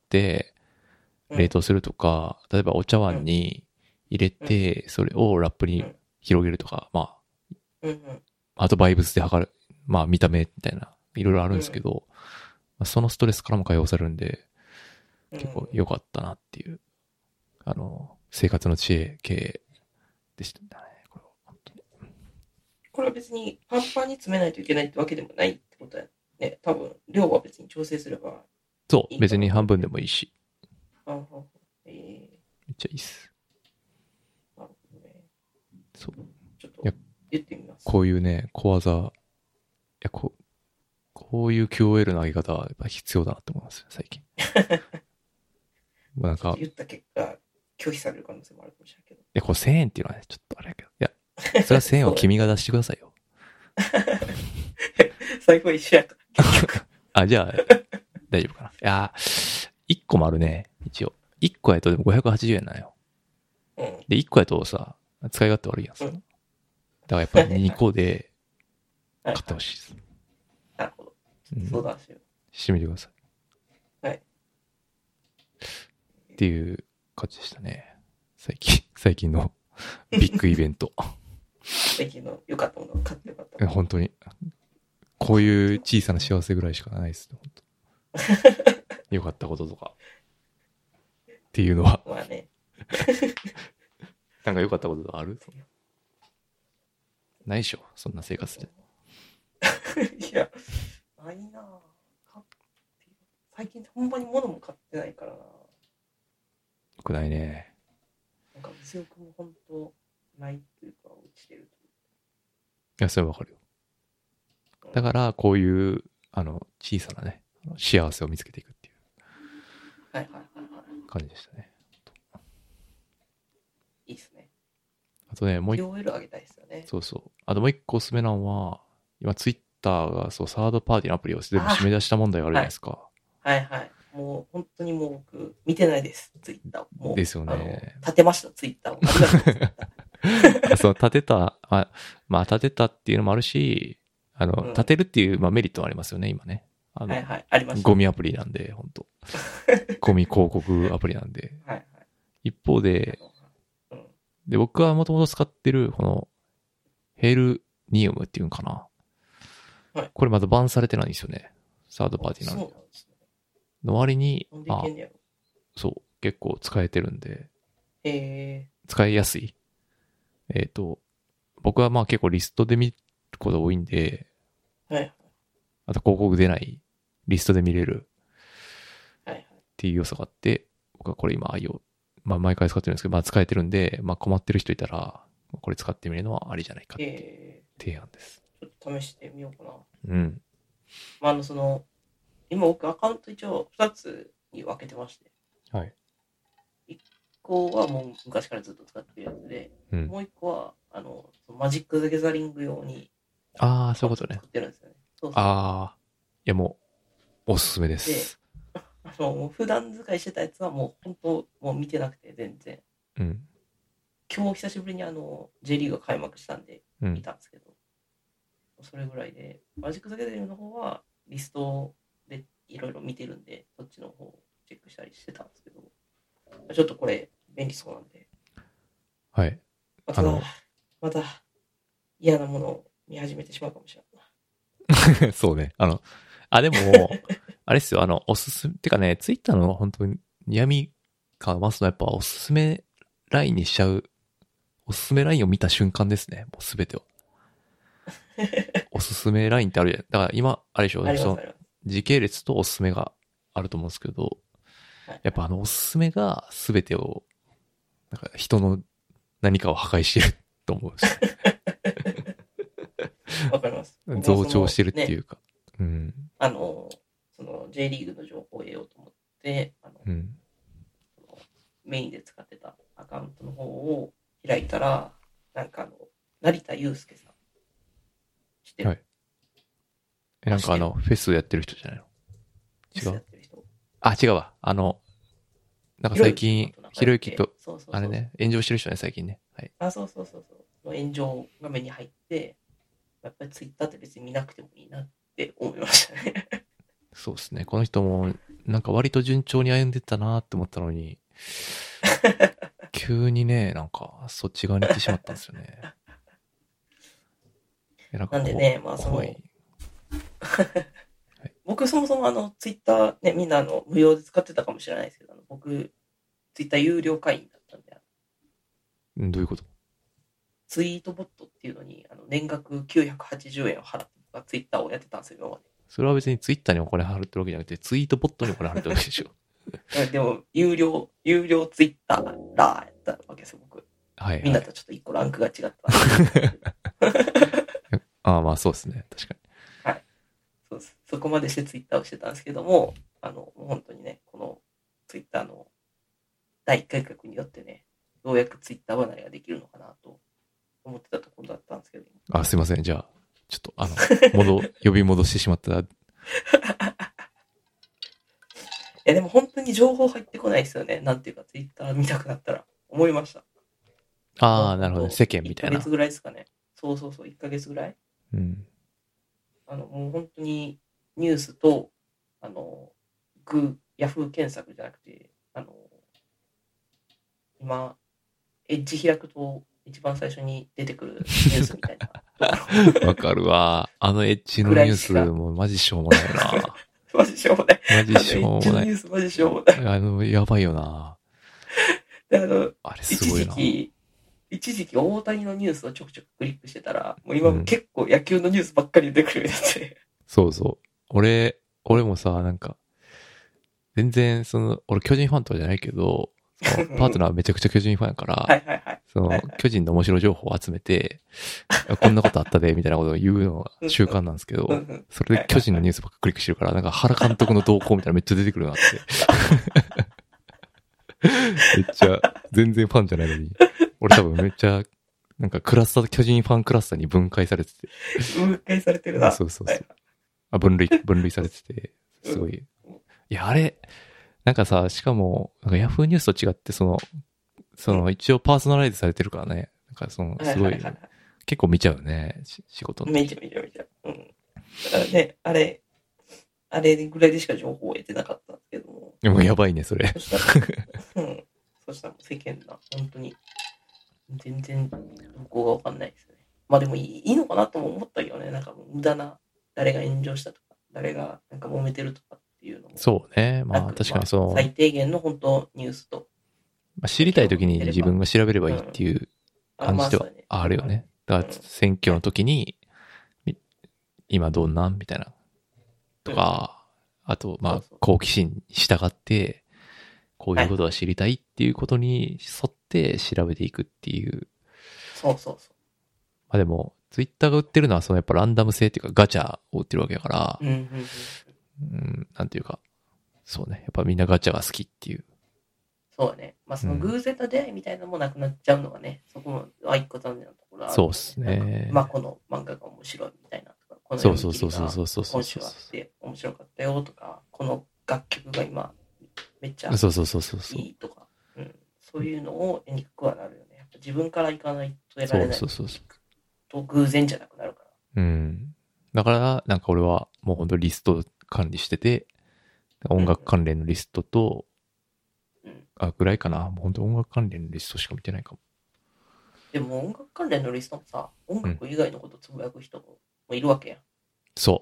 冷凍するとか、例えばお茶碗に入れて、それをラップに広げるとか、まあ、あとバイブスで測る、まあ見た目みたいな、いろいろあるんですけど、そのストレスからも解放されるんで、結構良かったなっていう、生活の知恵系でしたね、これは。本当に。 これは別にパンパンに詰めないといけないってわけでもないってことだよね。多分、量は別に調整すれば。 そう、別に半分でもいいし。 めっちゃいいっす。 なるほどね。 そう。 ちょっと言ってみます。 こういうね、小技、こういう QOL の上げ方はやっぱ必要だなって思いますよ、最近。 なんか、 言った結果、拒否される可能性もあるかもしれないけど。 これ1000円っていうのはね、ちょっとあれやけど。いや、それは1000円を君が出してくださいよ。 最後一緒やから。 あ、じゃあ、大丈夫かな。いや1個もあるね、一応。1個やとでも580円なんよ。 うん。 で、1個やとさ、使い勝手悪いやん。だからやっぱり2個で買ってほしいです。 なるほど。相談しよう。 してみてください。はい。 っていう感じでしたね。最近のビッグイベント。 最近の良かったものを買ってよかった。 本当に。こういう小さな幸せぐらいしかないです。本当良かったこととか。っていうのは。 まあね。 なんか良かったこととかある？ないでしょ、そんな生活で。 いや、ないなぁ。最近ほんまに物も買ってないからな。よくないね。 なんか物欲も本当ないというか落ちてるというか。 いや、それはわかるよ。だからこういう小さなね幸せを見つけていくっていう感じでしたね。 いいですね。 あとね、もう一個 QOL 上げたいですよね。 そうそう。あともう一個おすすめなのは、今ツイッターがそうサードパーティーのアプリを全部締め出した問題があるじゃないですか。 はいはい。もう本当にもう僕見てないです。ツイッターを。もうですよね。 立てましたツイッターを。ありがとうございます。 そう立てたまあ立てたっていうのもあるし、立てるっていう、まあ、メリットはありますよね今ね。 はいはい、ありました。 ゴミアプリなんで本当。ゴミ広告アプリなんで。 はいはい。 一方で、で僕はもともと使ってるこのヘルニウムっていうのかな。はい、これまだバンされてないんですよね。サードパーティーなんで。そうなんですね。の割に、そう、結構使えてるんで。使いやすい。僕はまあ結構リストで見ること多いんで、はい。あと広告出ないリストで見れるっていう要素があって、僕はこれ今まあ毎回使ってるんですけど、まあ使えてるんで、まあ困ってる人いたら、これ使ってみるのはありじゃないかっていう提案です。 ちょっと試してみようかな。 うん。 まあ今僕アカウント一応2つに分けてまして。はい。1個はもう昔からずっと使ってるやつで、もう1個は、マジック・ザ・ギャザリング用に、 ああ、そういうことね。 作ってるんですよね。そうああ、いやもう、おすすめです。 普段使いしてたやつはもう本当、もう見てなくて全然。うん。今日久しぶりにJ リーグが開幕したんで見たんですけど、それぐらいで、マジック・ザ・ギャザリングの方はリストでいろいろ見てるんで、そっちの方をチェックしたりしてたんですけど、ちょっとこれ便利そうなんで。 はい。 また嫌なものを見始めてしまうかもしれない。そうね。でも、あれですよ、おすすめ、てかね、ツイッターの本当に闇か増すのはやっぱおすすめラインにしちゃう、おすすめラインを見た瞬間ですね、もうすべてを。おすすめラインってあるじゃん。だから今、あれでしょ、その時系列とおすすめがあると思うんですけど、やっぱおすすめがすべてを、なんか人の何かを破壊してると思うし。 わかります。 増長してるっていうか。ね、うん。 J リーグの情報を得ようと思って、メインで使ってたアカウントの方を開いたら、なんか成田悠介さん。知ってる？はい。 なんかフェスやってる人じゃないの？違う？あ、違うわ。なんか最近、ひろゆきと、あれね、炎上してる人ね、最近ね。はい。 あ、そう。炎上が目に入って、やっぱりツイッターって別に見なくてもいいなって思いましたね。 そうですね。この人も、なんか割と順調に歩んでたなって思ったのに、急にね、なんかそっち側に行ってしまったんですよね。 なんでね、まあはい、僕そもそもツイッターね、みんな無料で使ってたかもしれないですけど、僕、ツイッター有料会員だったんで。 どういうこと？ ツイートボットっていうのに、年額980円を払ってツイッターをやってたんですよ、今まで。 それは別にツイッターにお金払ってるわけじゃなくて、ツイートボットにお金払ってるわけでしょ。 でも、有料ツイッターだったわけですよ、僕。はい、はい。みんなとちょっと一個ランクが違った。 ああ、まあそうですね。確かに。 はい。そうです。そこまでしてツイッターをしてたんですけども、もう本当にね、このツイッターの第1回改革によってね、ようやくツイッター離れができるのかなと思ってたところだったんですけど。 あ、すいません。じゃあ、ちょっと呼び戻してしまった。 いや、でも本当に情報入ってこないですよね。なんていうか、ツイッター見たくなったら。思いました。 ああ、なるほど。世間みたいな。 1ヶ月ぐらいですかね。そうそうそう、1ヶ月ぐらい。 うん。 もう本当にニュースと、ヤフー検索じゃなくて、今、エッジ開くと一番最初に出てくるニュースみたいな。 わかるわ。エッジのニュースもマジしょうもないな。 マジしょうもない。 マジしょうもない。 ニュースマジしょうもない。 やばいよな。 であれすごいな。 一時期大谷のニュースをちょくちょくクリックしてたら、もう今も結構野球のニュースばっかり出てくるようになって。 そうそう。俺もさ、なんか、全然、俺巨人ファンとかじゃないけど、パートナーはめちゃくちゃ巨人ファンやから、巨人の面白い情報を集めて、こんなことあったで、みたいなことを言うのが習慣なんですけど、それで巨人のニュースばっかクリックしてるから、なんか原監督の動向みたいなめっちゃ出てくるなって。めっちゃ、全然ファンじゃないのに、俺多分めっちゃ、なんかクラスター、巨人ファンクラスターに分解されてて。 分解されてるな。 そうそうそう。あ、分類されてて、すごい。いや、あれ、なんかさ、しかも、なんかヤフーニュースと違って、一応パーソナライズされてるからね。なんかすごい、結構見ちゃうね、仕事の。 見ちゃう。うん。だからね、あれぐらいでしか情報を得てなかったんですけども。 でもやばいね、それ。 そしたら世間が、本当に、全然、動向がわかんないですね。まあでもいいのかなとも思ったけどね、なんか無駄な、誰が炎上したとか、誰がなんか揉めてるとかっていうのも。 そうね。まあ確かにそう。 最低限の本当ニュースと。 まあ、知りたいときに自分が調べればいいっていう感じではあるよね。だから選挙の時に、今どんなんみたいな。とか、あと、まあ、好奇心に従って、こういうことは知りたいっていうことに沿って調べていくっていう。 そう。 まあでも、ツイッターが売ってるのはやっぱランダム性っていうかガチャを売ってるわけだから、なんていうか、そうね。やっぱみんなガチャが好きっていう。 そうね。まあその偶然の出会いみたいなのもなくなっちゃうのがね、そこも一個残念なところある、 そうですね。 まあこの漫画が面白いみたいなとか、このそう今週あって面白かったよとか、この楽曲が今めっちゃいいとか、そういうのを得にくくはなるよね。やっぱ自分から行かないと得られないと偶然じゃなくなるから。 だからなんか俺はもう本当リスト管理してて、音楽関連のリストと、ぐらいかな。もう本当音楽関連のリストしか見てないかも。 でも音楽関連のリストもさ、音楽以外のことつぶやく人もいるわけやん。 そう。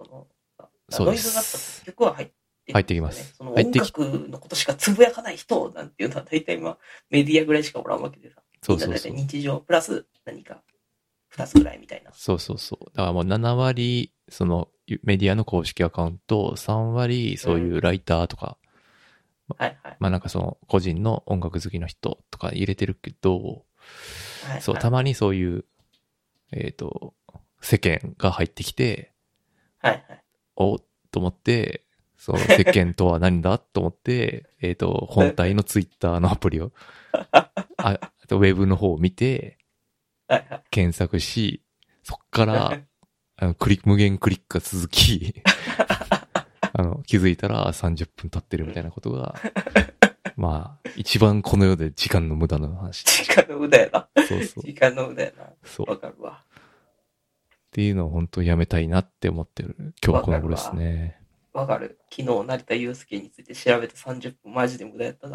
ノイズがあった曲は入ってきます。 その音楽のことしかつぶやかない人なんていうのは大体今メディアぐらいしかおらんわけでさ。みんな大体日常プラス何か2つぐらいみたいな。 そう。だからもう7割、そのメディアの公式アカウント、3割そういうライターとか、まあなんかその個人の音楽好きの人とか入れてるけど、そう、たまにそういう、世間が入ってきて、おっと思って、その世間とは何だと思って、本体のツイッターのアプリを、あとウェブの方を見て、検索し、そっから、無限クリックが続き、気づいたら30分経ってるみたいなことが、まあ、一番この世で時間の無駄な話。 時間の無駄やな。 そう。 時間の無駄やな。 そう。 わかるわ。 っていうのを本当にやめたいなって思ってる今日この頃ですね。 わかる。昨日成田悠介について調べて30分マジで無駄やったな。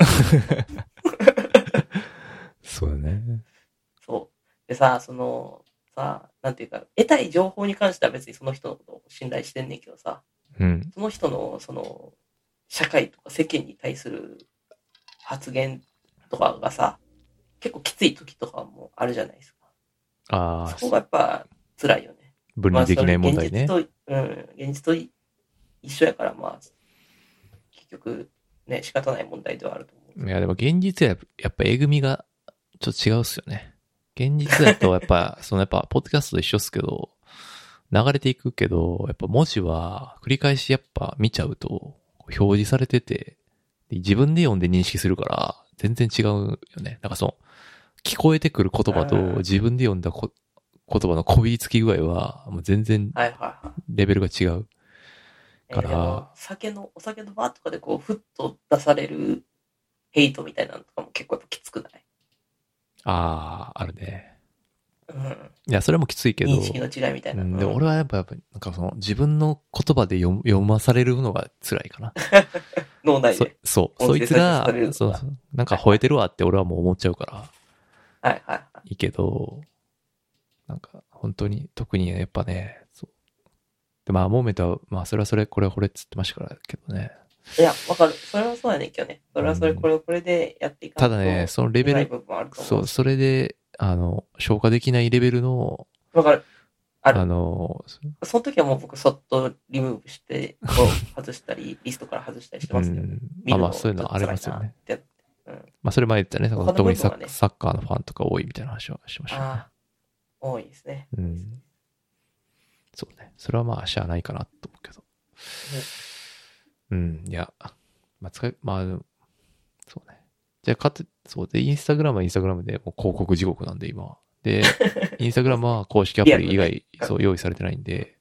そうだね。 そう。でさ、なんていうか、得たい情報に関しては別にその人のことを信頼してんねんけどさ、その人の社会とか世間に対する発言とかがさ、結構きつい時とかもあるじゃないですか。そこがやっぱ辛いよね。 分離できない問題ね。 現実と一緒やから、まあ、結局ね、仕方ない問題ではあると思う。 いや、でも現実はやっぱえぐみがちょっと違うっすよね。現実だとやっぱ、やっぱ、ポッドキャストと一緒っすけど、流れていくけど、やっぱ文字は繰り返しやっぱ見ちゃうと表示されてて、自分で読んで認識するから、 全然違うよね。なんか聞こえてくる言葉と自分で読んだ言葉のこびりつき具合は、もう全然レベルが違うから。 お酒のバーとかでこう、ふっと出されるヘイトみたいなのとかも結構やっぱきつくない？ あるね。 うん。 いや、それもきついけど。 認識の違いみたいな。 で、俺はやっぱ、なんか自分の言葉で読まされるのが辛いかな。 脳内で。 そいつが、なんか吠えてるわって俺はもう思っちゃうから。 はいはい。 いいけど、なんか、本当に、特にやっぱね、で、まあ、モーメントは、まあ、それはそれ、これはこれっつってましたからけどね。 いや、わかる。それはそうやねんけどね。それはそれ、これはこれでやっていかないと。 ただね、そのレベル、それで、消化できないレベルの、 わかる。その時はもう僕、そっとリムーブして、外したり、リストから外したりしてますけど、ね。 まあ、そういうのありますよね。まあ、それ前言ったね、特にサッカーのファンとか多いみたいな話はしましたね。 多いですね。 そうね。それはまあ、しゃあないかなと思うけど。いや、まあ、そうね。じゃあ、そうで、インスタグラムはインスタグラムでもう広告地獄なんで、今は。で、インスタグラムは公式アプリ以外、用意されてないんで、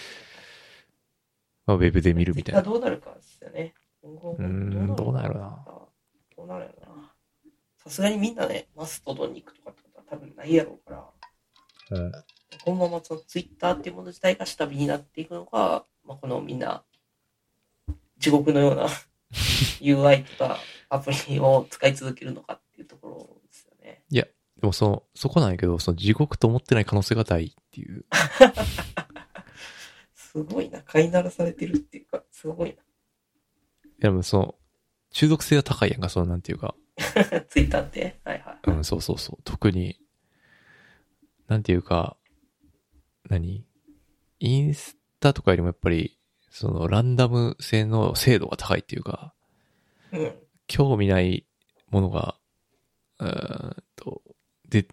まあ、ウェブで見るみたいな。 どうなるかですよね。 どうなるな。 どうなるな。さすがにみんなね、マストドンに行くとかってことは多分ないやろうから、このままそのツイッターっていうもの自体が下火になっていくのか、まあ、このみんな、地獄のようなUI とかアプリを使い続けるのかっていうところですよね。 いや、でもそこなんやけど、地獄と思ってない可能性が大っていう。 すごいな、飼いならされてるっていうか、すごいな。いや、でも中毒性が高いやんか、なんていうか。 ツイッターって。はいはい。 そう。特に、なんていうか、インスタとかよりもやっぱり、ランダム性の精度が高いっていうか、興味ないものが、で、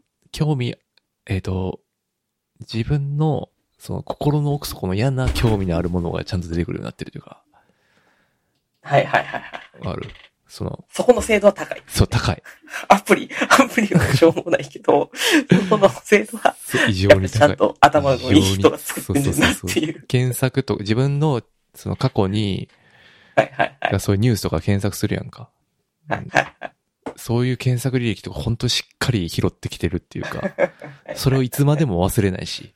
自分の、心の奥底の嫌な興味のあるものがちゃんと出てくるようになってるというか。 はい。 ある。そこの精度は高い。 そう、高い。 アプリはしょうもないけど、そこの精度は、 異常に高い。 ちゃんと頭のいい人が作ってるんだなっていう。 検索と、自分の、過去に、そういうニュースとか検索するやんか。そういう検索履歴とか本当しっかり拾ってきてるっていうか、それをいつまでも忘れないし。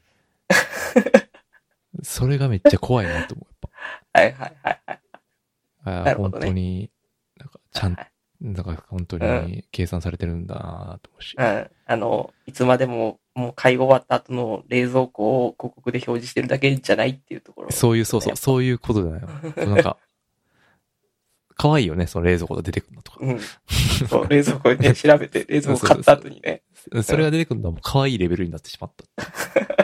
それがめっちゃ怖いなと思う、 やっぱ。 本当に、なんか本当に計算されてるんだなと思うし。 いつまでも、もう買い終わった後の冷蔵庫を広告で表示してるだけじゃないっていうところ、ね。 そういうことだよ。なんか、可愛いよね、その冷蔵庫が出てくるのとか。 そう、冷蔵庫でね、調べて、冷蔵庫買った後にね。 それが出てくるのはもう可愛いレベルになってしまった。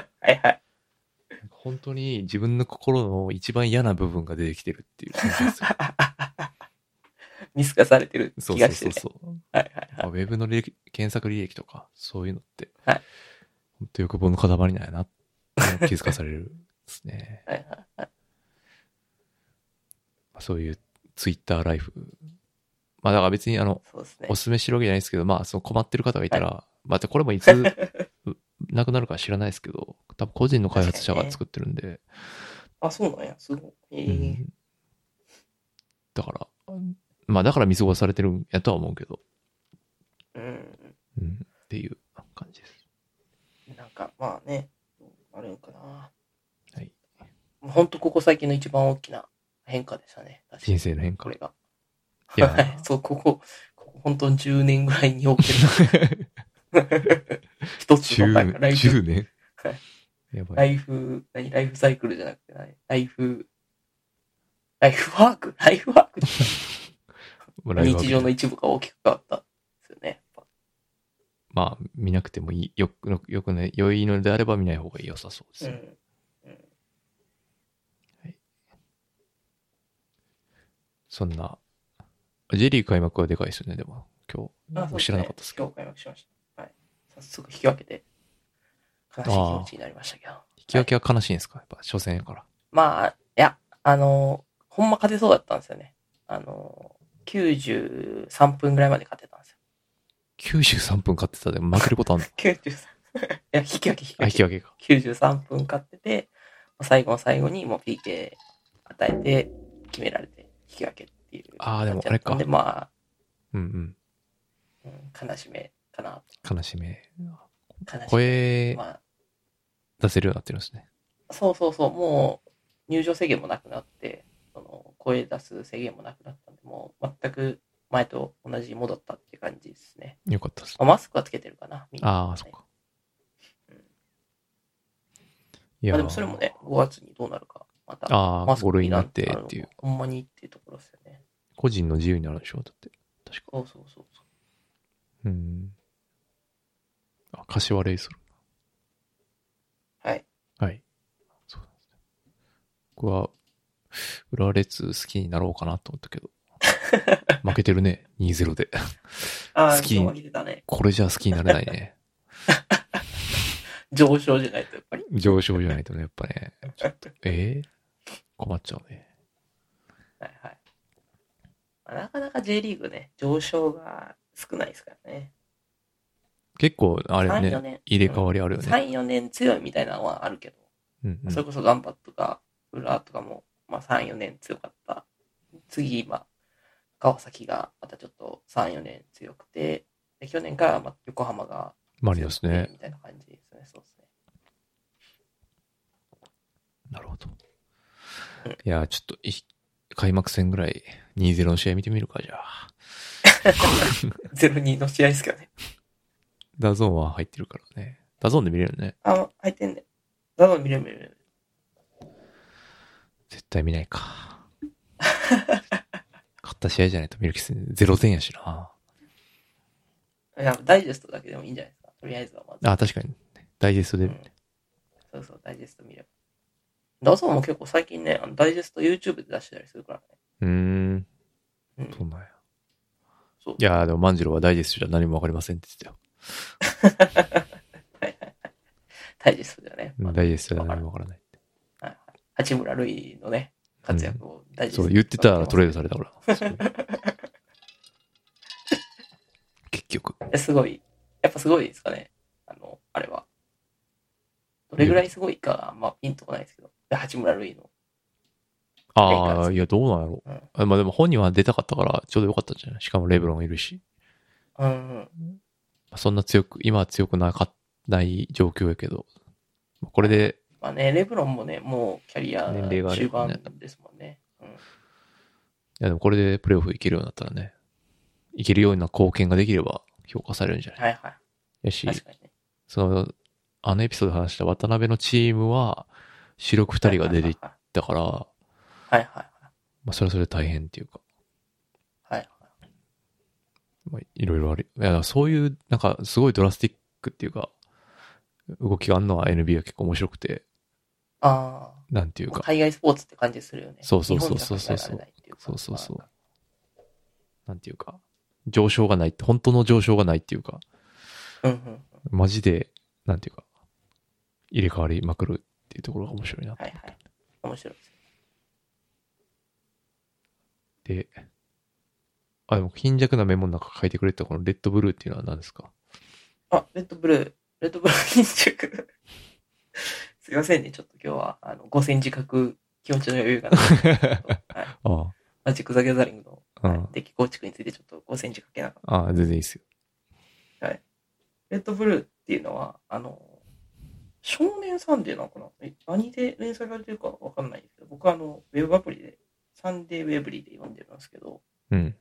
はい。 本当に自分の心の一番嫌な部分が出てきてるっていう感じですよ。 見透かされてる気がして、ね。 そう。ウェブの検索履歴とか、そういうのって、本当欲望の塊なんやな、気づかされるですね。そういうツイッターライフ。まあだから別におすすめしてるわけじゃないですけど、まあ困ってる方がいたら、またこれもいつなくなるか知らないですけど、多分個人の開発者が作ってるんで。 そうなんや、すごい。 だから見過ごされてるんやとは思うけど。っていう感じです。 なんか、まあね、あるんかな。 はい。 本当ここ最近の一番大きな変化でしたね。 人生の変化。 これが。いや、そう、ここ本当に10年ぐらいに起きる。一つのライフ。 10年やばい。ライフサイクルじゃなくて、ライフワーク日常の一部が大きく変わったんですよね。 まあ、見なくてもいい。よくね、良いのであれば見ない方が良さそうです。はい。そんな、J リーグ開幕はでかいですよね、でも。今日。知らなかったですけど。 今日開幕しました。はい。早速引き分けて、悲しい気持ちになりましたけど。 引き分けは悲しいんですか、やっぱ、初戦やから。 まあ、いや、ほんま勝てそうだったんですよね。93分ぐらいまで勝てたんですよ。 93分勝ってたでも負けることあんの？ 93。いや、引き分け。 引き分けか。 93分勝ってて、最後の最後にもう PK 与えて、決められて、引き分けっていう。 ああ、でもあれか。 で、まあ、悲しめかな。 悲しめ。声、出せるようになってるんですね。 そう。もう、入場制限もなくなって、声出す制限もなくなったんで、もう全く前と同じに戻ったっていう感じですね。 よかったです。 マスクはつけてるかな、みんな。 ああ、そっか。 いやでもそれもね、5月にどうなるか、また。 5類になってっていう。 ほんまにっていうところですよね。 個人の自由になるでしょだって。確か。 そう。 柏レイソル。 はい。 そうなんですね。僕は、浦列好きになろうかなと思ったけど。負けてるね、2-0で。 好きに。 これじゃ好きになれないね。 上昇じゃないとやっぱり。 上昇じゃないとね、やっぱね。ちょっと、困っちゃうね。 はい。なかなか J リーグね、上昇が少ないですからね。 結構、あれね、入れ替わりあるよね。 3、4年強いみたいなのはあるけど、それこそガンバとか、浦とかも、3、4年強かった。次、川崎がまたちょっと3、4年強くて、で去年から横浜がマリノスね。 みたいな感じですね。そうですね。 なるほど。いや、ちょっと、開幕戦ぐらい 2-0 の試合見てみるか、じゃあ。 0-2の試合ですかね。 ダゾーンは入ってるからね。ダゾーンで見れるね。 入ってんね。ダゾーン見れる。 絶対見ないか。勝った試合じゃないと見る気する。0点やしな。 いや、ダイジェストだけでもいいんじゃないですか。とりあえずはまず。 確かに。ダイジェストで、 そう、ダイジェスト見れば。ダゾーンも結構最近ね、ダイジェスト YouTube で出してたりするからね。 そうなんや。いやでも万次郎はダイジェストじゃ何もわかりませんって言ってたよ。 ダイジェストじゃね。 ダイジェストじゃ何もわからない。 八村塁のね、活躍をダイジェスト、 そう、言ってたらトレードされたから。結局。 すごい。やっぱすごいですかね。あれは。どれぐらいすごいか、ピンとこないですけど。八村塁の。 いや、どうなんやろう。でも本人は出たかったからちょうどよかったんじゃない？しかもレブロンがいるし。そんな今は強くない状況やけど。これで。 レブロンもね、もうキャリア中盤ですもんね。いや、でもこれでプレイオフいけるようになったらね。いけるような貢献ができれば評価されるんじゃない？やし、 確かにね。 エピソードで話した渡辺のチームは、主力2人が出ていったから、それはそれで大変っていうか。いろいろある。いや、そういう、すごいドラスティックっていうか、動きがあるのは NBA は結構面白くて。なんていうか。 海外スポーツって感じするよね。 そう。なんていうか、上昇がないって、本当の上昇がないっていうか、マジで、なんていうか、入れ替わりまくるっていうところが面白いな。 面白いです。 で、でも貧弱なメモの中書いてくれたこのレッドブルーっていうのは何ですか？ レッドブルー貧弱。すいませんね、ちょっと今日は、5センチ角気持ちの余裕がない。マジック・ザ・ギャザリングのデッキ構築についてちょっと5センチかけなかった。 全然いいっすよ。 はい。レッドブルーっていうのは、少年サンデーなのかな？何で連載されてるかわかんないんですけど、僕はウェブアプリで、サンデーウェブリーで読んでるんですけど、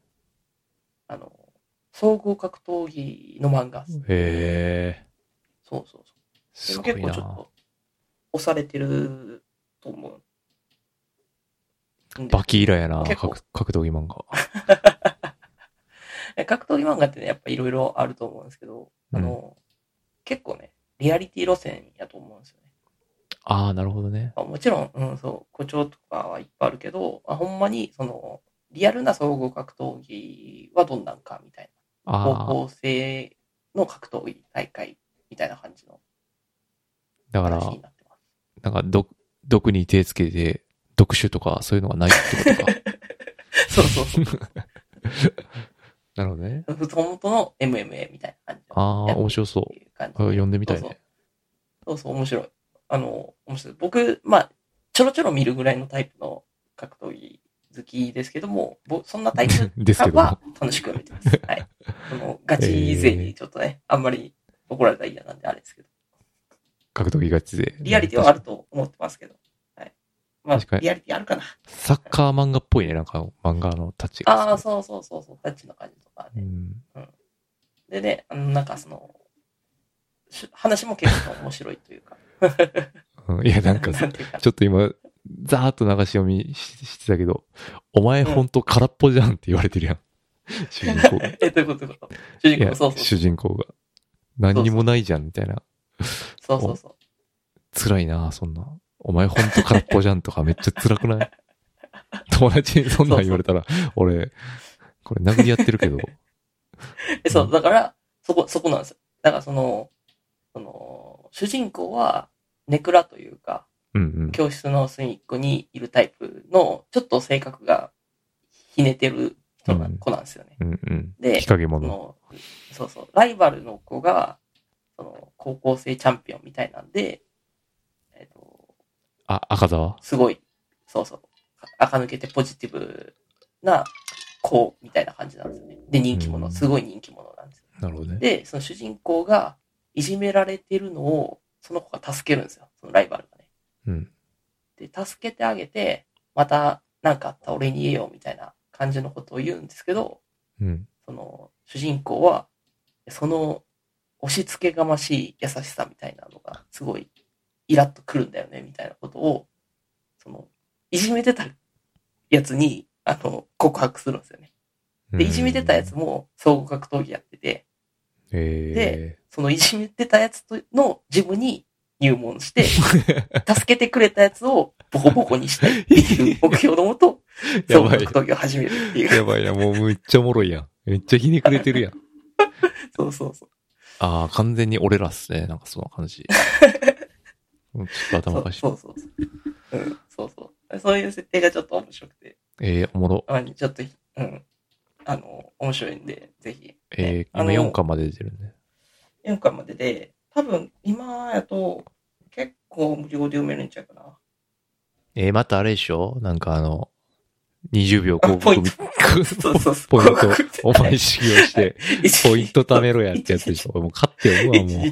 総合格闘技の漫画。 へー。 そう。 すごいな。 結構ちょっと押されてると思う。 バキイラやな、格闘技漫画。 格闘技漫画ってね、やっぱいろいろあると思うんですけど、結構ね、リアリティ路線やと思うんですよね。 なるほどね。 もちろん、誇張とかはいっぱいあるけど、ほんまに、リアルな総合格闘技はどんなんかみたいな。高校生の格闘技大会みたいな感じの話になってます。 だから、毒に手つけて、読書とかそういうのがないってことか。 そう。 なるほどね。 普通元の MMA みたいな感じ。 ああ、面白そう。読んでみたいね。 そうそう、面白い。面白い。僕、まあ、ちょろちょろ見るぐらいのタイプの格闘技好きですけども、そんなタイプは楽しく見てます。はい。ガチ勢にちょっとね、あんまり怒られたら嫌なんであれですけど。 格闘技ガチ勢。 リアリティはあると思ってますけど。はい。まあ、リアリティあるかな。 サッカー漫画っぽいね、なんか漫画のタッチが。 ああ、そう、タッチの感じとかね。うん。でね、なんか話も結構面白いというか。 いや、なんかさ、ちょっと今、ざーっと流し読みしてたけど、お前ほんと空っぽじゃんって言われてるやん。主人公が。 どういうこと主人公、そう。 主人公が。何にもないじゃん、みたいな。 そう。 辛いな、そんな。お前ほんと空っぽじゃんとかめっちゃ辛くない？友達にそんなん言われたら、俺、これ殴り合ってるけど。 そう、だから、そこなんですよ。だから主人公は、ネクラというか、教室の隅っこにいるタイプの、ちょっと性格がひねてる子なんですよね。 で、日陰者。 そう。ライバルの子が、高校生チャンピオンみたいなんで、 赤澤？ すごい、そう。垢抜けてポジティブな子みたいな感じなんですよね。で、すごい人気者なんですよ。 なるほどね。 で、その主人公がいじめられてるのを、その子が助けるんですよ。そのライバルがね。で、助けてあげて、また何かあったら俺に言えよみたいな感じのことを言うんですけど、その主人公は、その押し付けがましい優しさみたいなのがすごいイラッとくるんだよねみたいなことを、いじめてたやつに、告白するんですよね。で、いじめてたやつも総合格闘技やってて、で、そのいじめてたやつのジムに入門して、助けてくれたやつをボコボコにしたいっていう目標のもと、総合格闘技を始めるっていう。 やばいな、もうめっちゃおもろいやん。めっちゃひねくれてるやん。 そう。 ああ、完全に俺らっすね、なんかその感じ。ちょっと頭おかしい。 そう。そういう設定がちょっと面白くて。 おもろ。 ちょっと、面白いんで、ぜひ。 今4巻まで出てるね。 4巻までで、多分、今やと、結構無料で読めるんちゃうかな。 またあれでしょなんか20秒広告そう。 ポイント、お前修行して、ポイント貯めろやってやつでしょもう買って読むわ、もう。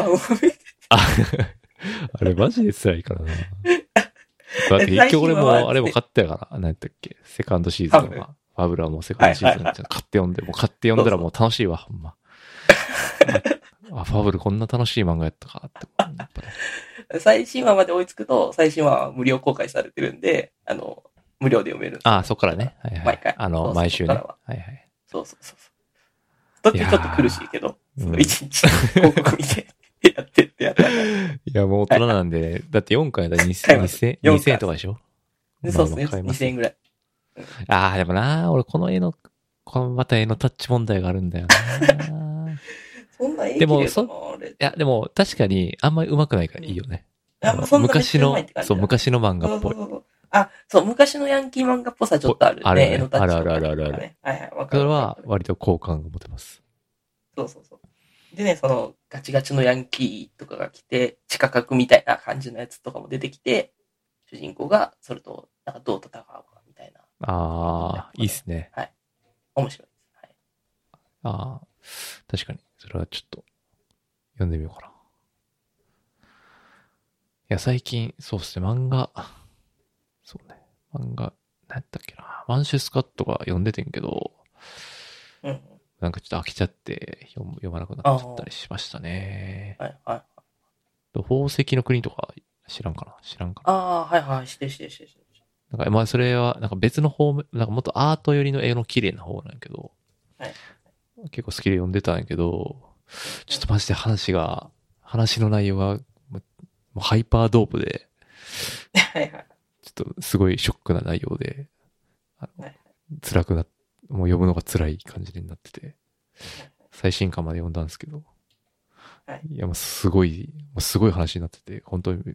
あれマジで辛いからな。結局俺も、あれも買ったやから、何やったっけセカンドシーズンは。ファブルはもうセカンドシーズン買って読んで、もう買って読んだらもう楽しいわ、ほんま。ファブルこんな楽しい漫画やったかって思う。やっぱね、最新話まで追いつくと、最新話は無料公開されてるんで、無料で読める。 そっからね。毎回。毎週ね。はいはい。 そう。途中ちょっと苦しいけど、その1日広告見て。やったら。 いや、もう大人なんで、だって4回だ2000円とかでしょそうですね。2000円ぐらい。 でもな俺このまた絵のタッチ問題があるんだよなそんな絵でも、でも確かにあんまり上手くないからいいよね。昔の漫画っぽい。 そう、昔のヤンキー漫画っぽさちょっとあるね。絵のタッチ。 ある。はい、それは割と好感が持てます。 そう。でね、ガチガチのヤンキーとかが来て、地下核みたいな感じのやつとかも出てきて、主人公がそれと、なんかどう戦うかみたいな。 いいっすね。 はい。面白いです。 はい。確かに。それはちょっと、読んでみようかな。いや、最近、そうっすね、漫画、何やったっけな。マンシュスカットが読んでてんけど、なんかちょっと飽きちゃって読まなくなっちゃったりしましたね。 はい。 宝石の国とか知らんかな。 はい。してる。 なんかそれは、なんか別の方面、なんかもっとアート寄りの絵の綺麗な方なんやけど、結構好きで読んでたんやけど、ちょっとマジで話の内容が、もうハイパードープで、ちょっとすごいショックな内容で、辛くなって、もう読むのが辛い感じになってて、最新刊まで読んだんですけど、いや、もうすごい話になってて、本当に、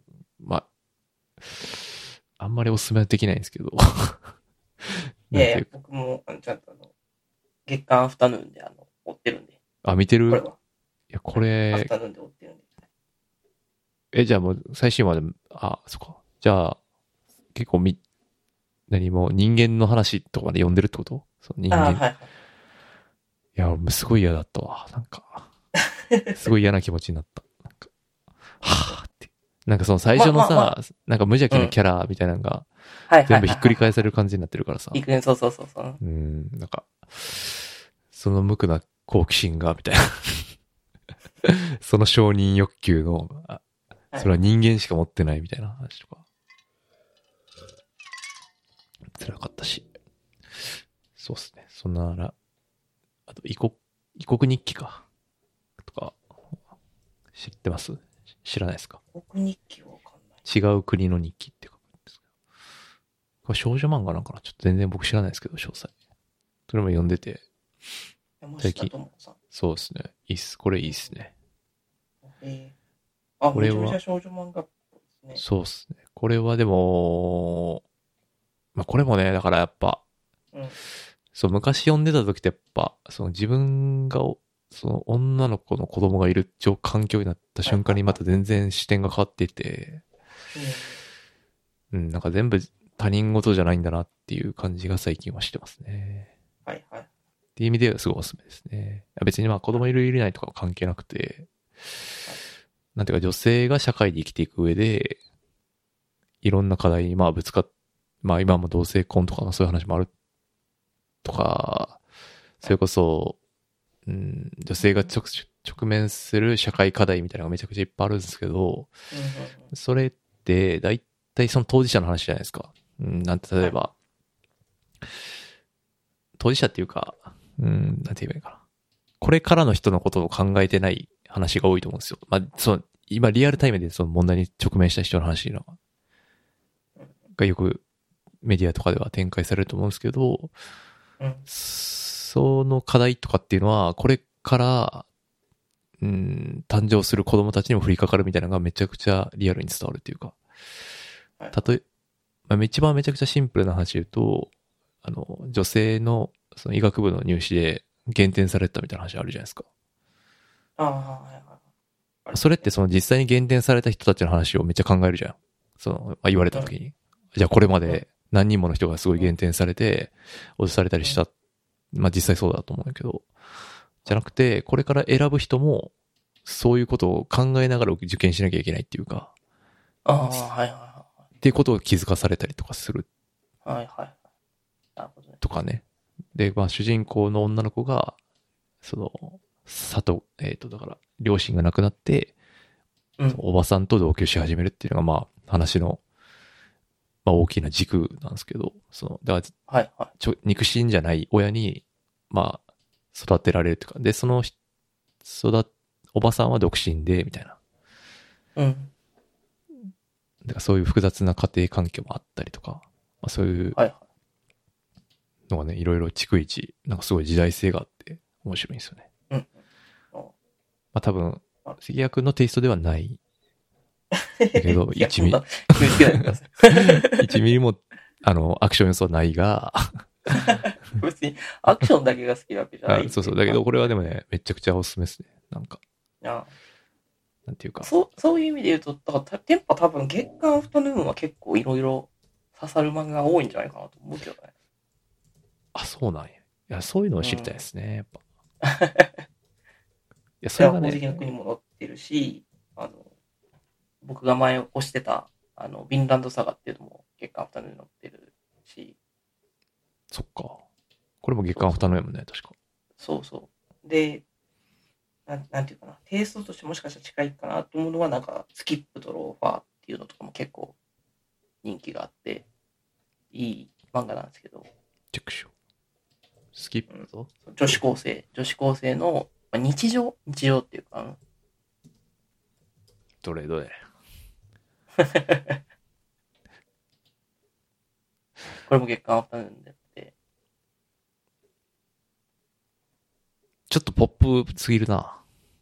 あんまりおすすめはできないんですけど。いやいや、僕もちゃんと月刊アフタヌーンで追ってるんで。 あ、見てる？ これは。 いや、これ。 アフタヌーンで追ってるんで。じゃあもう最新話で、そっか。じゃあ、結構何も人間の話とかまで読んでるってこと？その人間。 はいはい。 いや、すごい嫌だったわ。なんか、すごい嫌な気持ちになった。なんか、はぁって。なんかその最初のさ、なんか無邪気なキャラみたいなのが、全部ひっくり返される感じになってるからさ。 そうそう。 なんか、その無垢な好奇心が、みたいな。その承認欲求の、それは人間しか持ってないみたいな話とか。辛かったし。そうっすね。そんなら、あと異国日記か。とか、知ってます？知らないですか？ 異国日記はわかんない。 違う国の日記って書くんですけど。これ少女漫画なんかな？ちょっと全然僕知らないですけど、詳細。それも読んでて。 最近。 そうですね。いいっす。これいいっすね。 これは。めちゃめちゃ少女漫画っぽいですね。 そうっすね。これはでも、これもね、だからやっぱ、そう、昔読んでた時ってやっぱ、その自分が、その女の子の子供がいる環境になった瞬間にまた全然視点が変わっていて、なんか全部他人事じゃないんだなっていう感じが最近はしてますね。 はいはい。 っていう意味ではすごいおすすめですね。別に子供いるいないとかは関係なくて、なんていうか女性が社会で生きていく上で、いろんな課題にぶつかっ、今も同性婚とかそういう話もあるとか、それこそ、女性が直面する社会課題みたいなのがめちゃくちゃいっぱいあるんですけど、それって大体その当事者の話じゃないですか。なんて例えば、当事者っていうか、なんて言えばいいかな。これからの人のことを考えてない話が多いと思うんですよ。今リアルタイムでその問題に直面した人の話がよくメディアとかでは展開されると思うんですけど、その課題とかっていうのは、これから、誕生する子供たちにも降りかかるみたいなのがめちゃくちゃリアルに伝わるっていうか、一番めちゃくちゃシンプルな話言うと、女性のその医学部の入試で減点されたみたいな話あるじゃないですか。それってその実際に減点された人たちの話をめっちゃ考えるじゃん。言われた時に。じゃあこれまで何人もの人がすごい減点されて、落とされたりした。実際そうだと思うんだけど。じゃなくて、これから選ぶ人も、そういうことを考えながら受験しなきゃいけないっていうか。っていうことを気づかされたりとかする。 なるほどね。 とかね。で、主人公の女の子が、だから、両親が亡くなって、おばさんと同居し始めるっていうのが、話の、大きな軸なんですけど、だから、肉親じゃない親に、育てられるというか、で、おばさんは独身で、みたいな。だからそういう複雑な家庭環境もあったりとか、そういうのがね、いろいろ逐一、なんかすごい時代性があって面白いんですよね。多分、関谷君のテイストではない。だけど、1ミリも、アクション要素はないが、 別に、アクションだけが好きなわけじゃない。 そう。だけど、これはでもね、めちゃくちゃおすすめですね。なんか。なんていうか。 そういう意味で言うと、だから、テンパ多分、月刊アフタヌーンは結構いろいろ刺さる漫画が多いんじゃないかなと思うけどね。 そうなんや。いや、そういうのを知りたいですね、やっぱ。いや、それがね。 宝石の国も載ってるし、僕が前推してた、ヴィンランドサガっていうのも月刊アフタヌーンに載ってるし。 そっか。これも月刊アフタヌーンもね、確か。 そう。で、なんていうかな、テイストとしてもしかしたら近いかなと思うのは、なんか、スキップとローファーっていうのとかも結構人気があって、いい漫画なんですけど。 チェックしよう。スキップと、 女子高生の、日常っていうか、 どれこれも月刊アフタヌーンであって。 ちょっとポップすぎるな。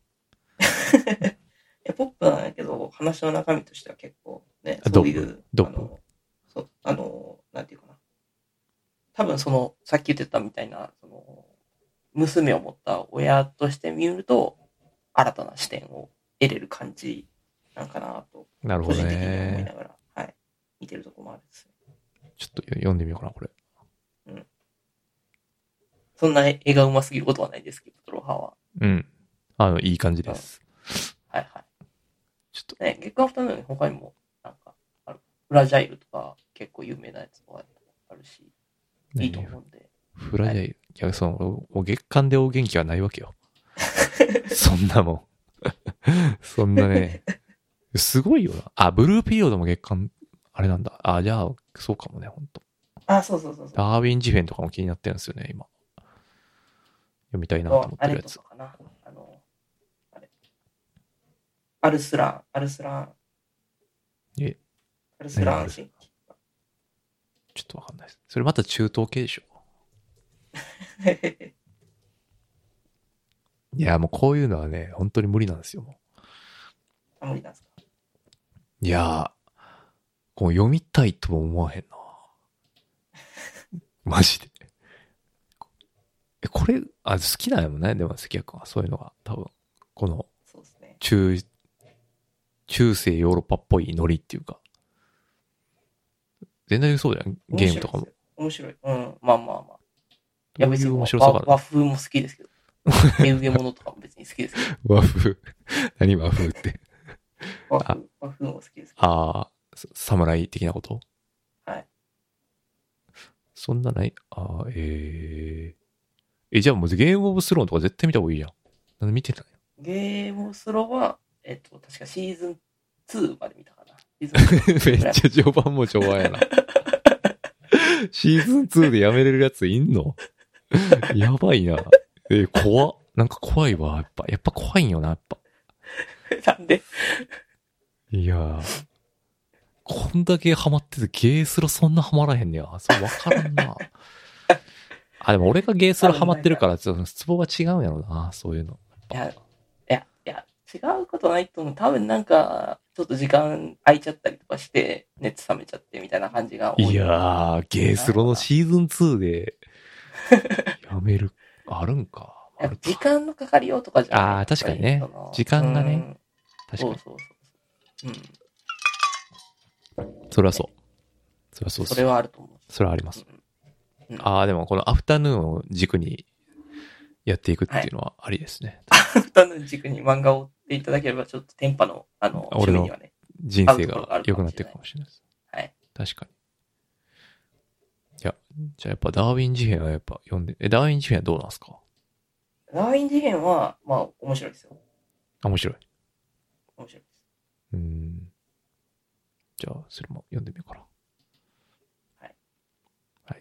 ポップなんやけど、話の中身としては結構ね、そういう、なんていうかな。多分さっき言ってたみたいな、 娘を持った親として見ると、新たな視点を得れる感じなんかなと、 なるほどね。 個人的に思いながら、はい、見てるところもあるんですね。 ちょっと読んでみようかな、これ。 うん。そんな絵が上手すぎることはないですけど、トロハは。 うん。いい感じです。 うん、はいはい。 ちょっと。 ね、月刊アフタヌーンに他にも、なんか、フラジャイルとか結構有名なやつもあるし、いいと思うんで。 フラジャイル、はい、いや、もう月刊でお元気はないわけよ。そんなもん。そんなね。すごいよな。あ、ブルーピリオドも月刊、あれなんだ。あ、じゃあ、そうかもね、ほんと。 あ、そうそうそうそう。 ダーウィン・ジフェンとかも気になってるんですよね、今。読みたいなと思ってるやつ。 あれとかかな。あれ。アルスラン。アルスラン新規。 ちょっとわかんないです。それまた中東系でしょ。いや、もうこういうのはね、本当に無理なんですよ、もう。無理なんですか？ いやこう読みたいとも思わへんな。マジで。これ、好きなんやもんね、でも関谷君はそういうのが、多分。この、 そうですね。 中世ヨーロッパっぽいノリっていうか。全然そうじゃん、ゲームとかも。 面白い。うん、まあまあまあ。 いや別に面白さが和風も好きですけど。絵植物とかも別に好きですけど。和風何和風って和風も好きですけど。ああ、侍的なこと？ はい。 そんなない？じゃあもうゲームオブスローンとか絶対見た方がいいじゃん。なんで見てないの？ ゲームオブスローは、確かシーズン2まで見たかな。 めっちゃ序盤も序盤やな。シーズン2でやめれるやついんの？やばいな。怖っ。なんか怖いわ。やっぱ怖いんよな、やっぱ。 なんで？ いやー。こんだけハマっててゲースロそんなハマらへんねや。そうわからんな。でも俺がゲースロハマってるから、ツボが違うんやろな、そういうの。 いや、違うことないと思う。多分なんか、ちょっと時間空いちゃったりとかして、熱冷めちゃってみたいな感じが多い。 いやー、ゲースロのシーズン2で、やめる、あるんか。 時間のかかりようとかじゃない。 確かにね。時間がね。確かに。 そう。 それはそう。それはそう。 それはあると思う。 それはあります。でもこのアフタヌーンを軸にやっていくっていうのはありですね。 アフタヌーン軸に漫画を追っていただければ、ちょっとテンパの、 俺の人生が良くなっていくかもしれないです。 はい。 確かに。いや、じゃあやっぱダーウィン事変はやっぱ読んで、ダーウィン事変はどうなんですか？ ダーウィン事変は、まあ、面白いですよ。 面白い。 面白いです。 じゃあ、それも読んでみようかな。はい。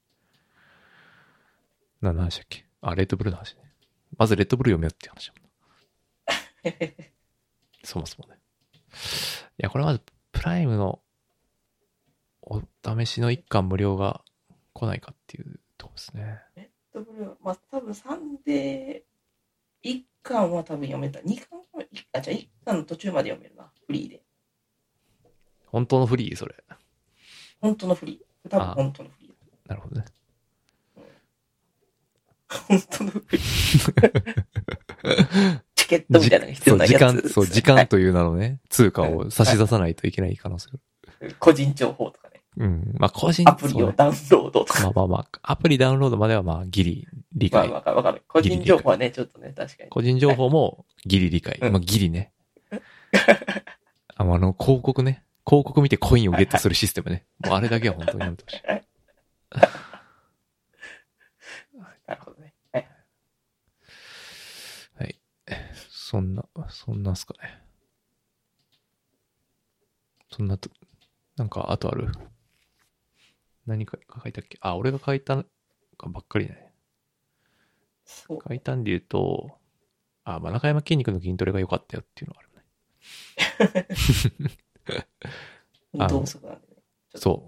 何の話だっけ？レッドブルの話ね。まずレッドブル読めよって話だもんな。そもそもね。いや、これまずプライムのお試しの1巻無料が来ないかっていうとこですね。 レッドブルは、まあ多分サンデー1巻は多分読めた。2巻は、じゃあ1巻の途中まで読めるな。フリーで。 本当のフリーそれ。 本当のフリー。多分本当のフリー。 なるほどね。 本当のフリー。チケットみたいなのが必要なやつ。 時間という名のね、通貨を差し出さないといけない可能性。 個人情報とかね。 まあ個人アプリをダウンロードとか。 まあ、アプリダウンロードまではまあギリ理解。 わかる。個人情報はね、ちょっとね、確かに。 個人情報もギリ理解。まあギリね。広告ね。広告見てコインをゲットするシステムね。もうあれだけは本当にやめてほしい。 なるほどね。 はい。そんなっすかね。なんか、あとある？何か書いたっけ？俺が書いたのばっかりね。書いたんで言うと、中山筋肉の筋トレが良かったよっていうのがあるね。 動作なんでね。 そう。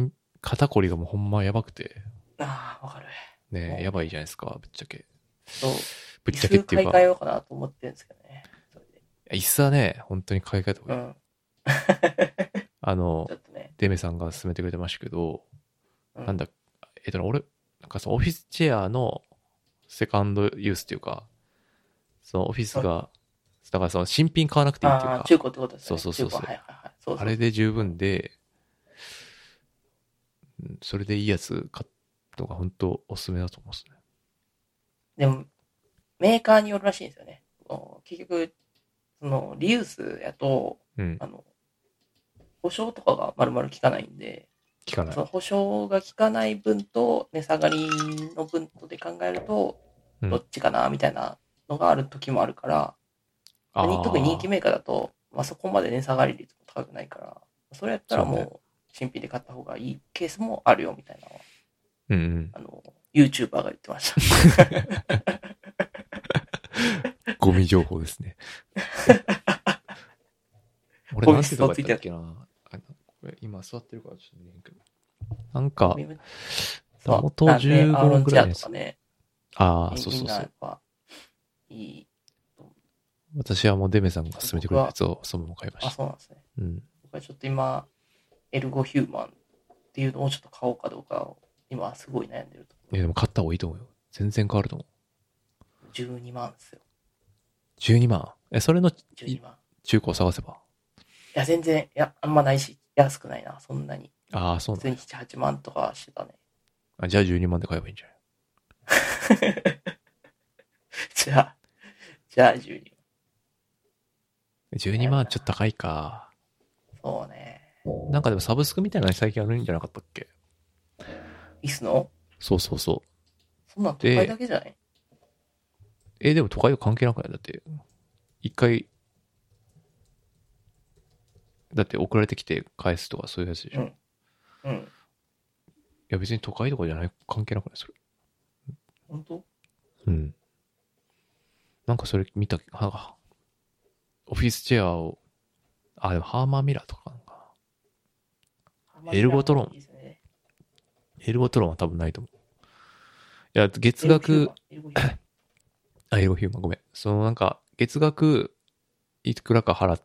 肩こりがもうほんまやばくて。 わかる。 ねやばいじゃないですか、ぶっちゃけ。 そう。 ぶっちゃけっていうか。 買い替えようかなと思ってるんですけどね。 椅子はね、本当に買い替えた方がいい。ちょっとね、デメさんが勧めてくれてましたけど、俺、なんかオフィスチェアのセカンドユースっていうか、そのオフィスが、だからその新品買わなくていいっていうか。 中古ってことですね。 そう。 中古、はいはいはい。そうあれで十分で、それでいいやつ買ったのが本当おすすめだと思うんですね。 でも、メーカーによるらしいんですよね。結局、その、リユースやと、保証とかが丸々効かないんで、 効かない。 その保証が効かない分と値下がりの分とで考えると、どっちかなみたいなのがある時もあるから、特に人気メーカーだと、そこまで値下がり率も高くないから、それやったらもう新品で買った方がいいケースもあるよみたいなのは、YouTuber が言ってました。 ゴミ情報ですね。俺なんてとこやったっけな。これ今座ってるからちょっと見えんけど。なんか、元15ぐらいです。 ね、 そう。 みんなやっぱいい。 私はもうデメさんが勧めてくれたやつをそのまま買いました。 そうなんですね。僕はちょっと今、エルゴヒューマンっていうのをちょっと買おうかどうかを今すごい悩んでると。 でも買った方がいいと思うよ。全然変わると思う。 12万ですよ。 12万それの 12万中古を探せば。 いや、全然、あんまないし、安くないな、そんなに。 そうなんだ。 普通に7、8万とかしてたね。 じゃあ12万で買えばいいんじゃないじゃあ12万。 12万ちょっと高いか。 そうね。 なんかでもサブスクみたいなの最近あるんじゃなかったっけ？ いすの？ そう。 そんなん都会だけじゃない？ でも都会は関係なくない？だって、一回、だって送られてきて返すとかそういうやつでしょ。いや別に都会とかじゃない、関係なくないそれ。 本当？ なんかそれ見た、オフィスチェアを、でもハーマーミラーとかなんかな。エルゴトロン。エルゴトロンは多分ないと思う。いや、月額、エルゴヒューマンごめん。そのなんか、月額、いくらか払って、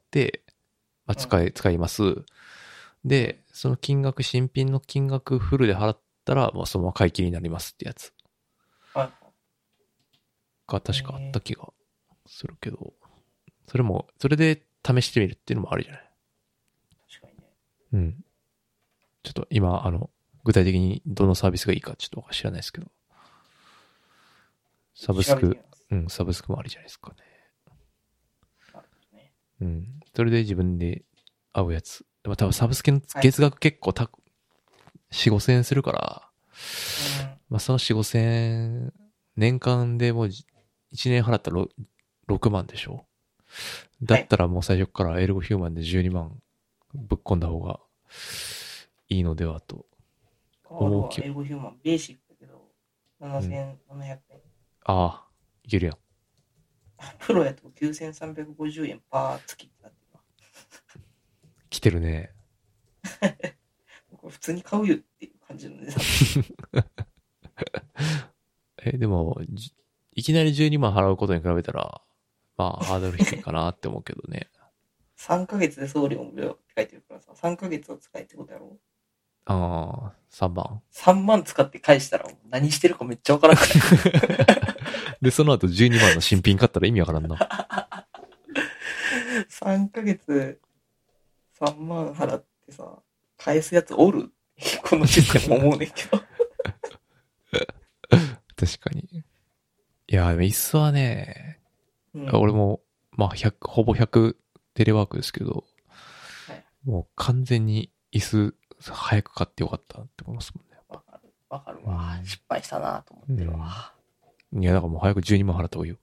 使います。で、その金額、新品の金額フルで払ったら、そのまま買い切りになりますってやつ。が確かあった気がするけど、それで試してみるっていうのもあるじゃない。 確かにね。 ちょっと今、具体的にどのサービスがいいかちょっと知らないですけど。サブスクもありじゃないですかね。それで自分で合うやつ。でも多分サブスクの月額結構4、5千円するから、その4、5千円、年間でもう1年払ったら6万でしょ。だったらもう最初からエルゴヒューマンで12万ぶっ込んだ方がいいのではと思うけど。エルゴヒューマンベーシックだけど、7700円。 いけるやん。 プロやと9350円パー月ってなってる。 来てるね。 これ普通に買うよっていう感じの値段。 でも、いきなり12万払うことに比べたら、ハードル低いかなって思うけどね。 3ヶ月で送料無料って書いてるからさ、3ヶ月を使えってことやろ？ 3万。 3万使って返したら何してるかめっちゃわからんくないで、その後12万の新品買ったら意味わからんな。 3ヶ月3万払ってさ、返すやつおるこのシステム思うねんけど。 確かに。いや、でも椅子はね、俺も、ほぼ100テレワークですけど、もう完全に椅子早く買ってよかったって思いますもんね。 わかるわ。失敗したなと思ってるわ。 いや、だからもう早く12万払った方がいいよ。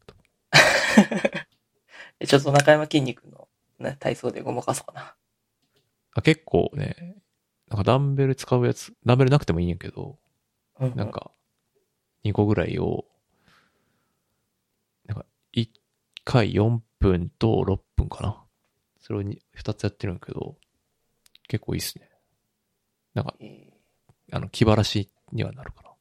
ちょっと中山筋肉の、体操でごまかそうかな。 結構ね、なんかダンベル使うやつ、ダンベルなくてもいいんやけど、なんか、2個ぐらいを、なんか、1回4分と6分かな。それを2つやってるんやけど、結構いいっすね。なんか、気晴らしにはなるかな。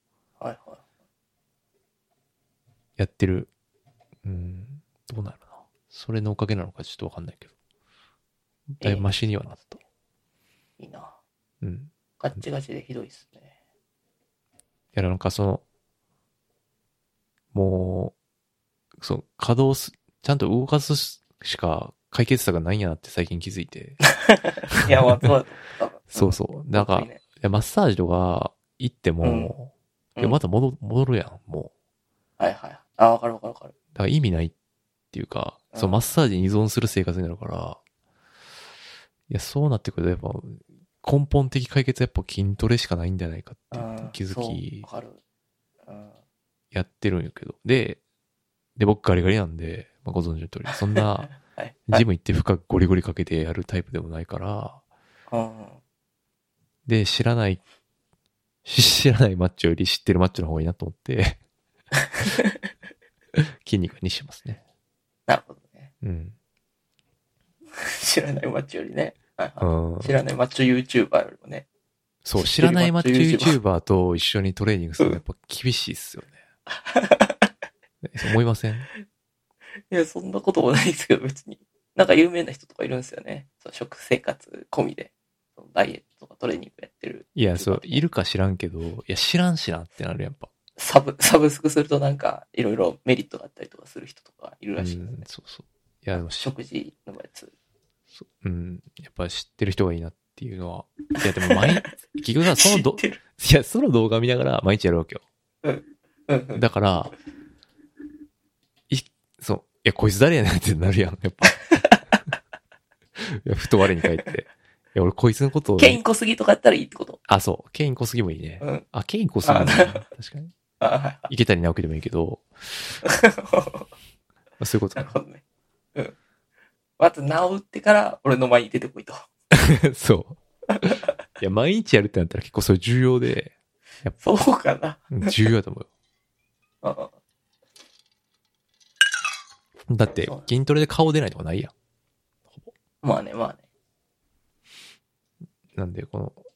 やってる。どうなるな。それのおかげなのかちょっとわかんないけど。だいぶマシにはなった。 いいな。ガッチガチでひどいっすね。 いや、なんかもう、そう、ちゃんと動かすしか解決策がないんやなって最近気づいて。 いや、まあ、そうだ。 そうそう。なんか、いやマッサージとか行っても、いや、また戻るやん、もう。はいはい。あ、わかる。 だから意味ないっていうか、そう、マッサージに依存する生活になるから、いや、そうなってくると、やっぱ、根本的解決はやっぱ筋トレしかないんじゃないかって気づき、やってるんやけど。で、僕ガリガリなんで、まあ、ご存知の通り、そんな、ジム行って負荷ゴリゴリかけてやるタイプでもないから、で、知らないマッチョより知ってるマッチョの方がいいなと思って、筋肉にしますね。 なるほどね。 うん。 知らないマッチョよりね。知らないマッチョ YouTuber よりもね。 そう、知らないマッチョ YouTuber と一緒にトレーニングするのやっぱ厳しいっすよね。思いません？ いや、そんなこともないですけど、別に。なんか有名な人とかいるんですよね。そう、食生活込みで。ダイエットとかトレーニングやってる。 いや、そう、いるか知らんけど、いや、知らんしなってなるやんぱ。 サブスクするとなんか、いろいろメリットがあったりとかする人とかいるらしいですね。 そうそう。いや、でも食事のやつ。 やっぱ知ってる人がいいなっていうのは。いや、でも結局さ、その動画見ながら毎日やるわけよ。だから、いや、こいつ誰やねんってなるやん、やっぱ。いや、ふと我に返って。いや、俺こいつのことを、 ケイン小杉とかやったらいいってこと？ あ、そう。ケイン小杉もいいね。ケイン小杉もいいね。確かに。池谷直樹でもいいけど。そういうこと。 なるほどね。まず治ってから俺の前に出てこいと。 そう。いや、毎日やるってなったら結構それ重要で。 そうかな。 重要だと思うよ。だって、筋トレで顔出ないとかないやん。 ほぼ。まあね。 なんで、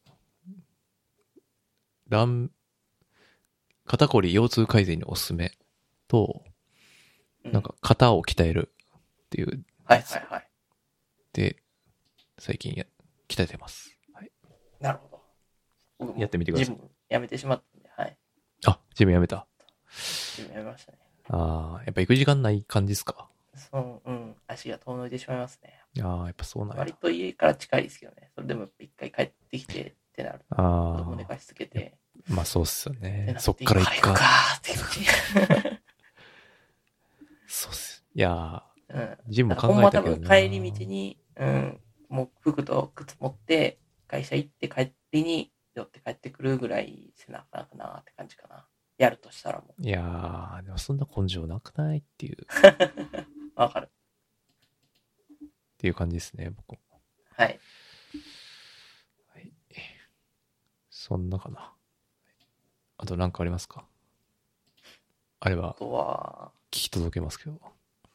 肩こり腰痛改善におすすめと、なんか肩を鍛えるっていう。 はい。 で、最近鍛えてます。はい。 なるほど。やってみてください。 ジムやめてしまったんで、はい。 あ、ジムやめた。 ジムやめましたね。 ああ、やっぱ行く時間ない感じですか？ そう、足が遠のいてしまいますね。 ああ、やっぱそうなんや。 割と家から近いですけどね。それでも一回帰ってきてってなる。子供寝かしつけて。 まあそうっすよね。そっから行くか。 っていう感じ。 そうっす。いやー、ジムも考えたけどな。 多分帰り道に、もう服と靴持って、会社行って帰りに寄って帰ってくるぐらいせなあかんかなって感じかな。やるとしたらもう。 いやー、でもそんな根性なくないっていう。 わかる。 っていう感じですね、僕も。 はい。 はい。そんなかな。あと何かありますか？あれば、 あとは、 聞き届けますけど。わ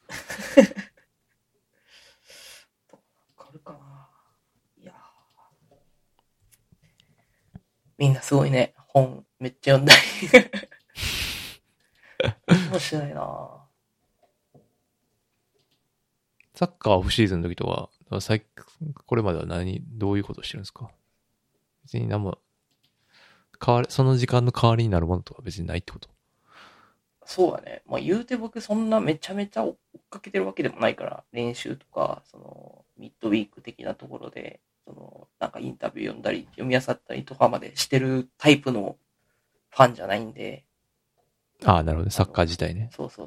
かるかな。いやみんなすごいね。本めっちゃ読んだり。もうしないな。 サッカーオフシーズンの時とは、これまではどういうことをしてるんですか？別に何も、その時間の代わりになるものとか別にないってこと？ そうだね。まあ言うて僕そんなめちゃめちゃ追っかけてるわけでもないから、練習とか、ミッドウィーク的なところで、なんかインタビュー読んだり、読み漁ったりとかまでしてるタイプのファンじゃないんで。 ああ、なるほどね。サッカー自体ね。 そう。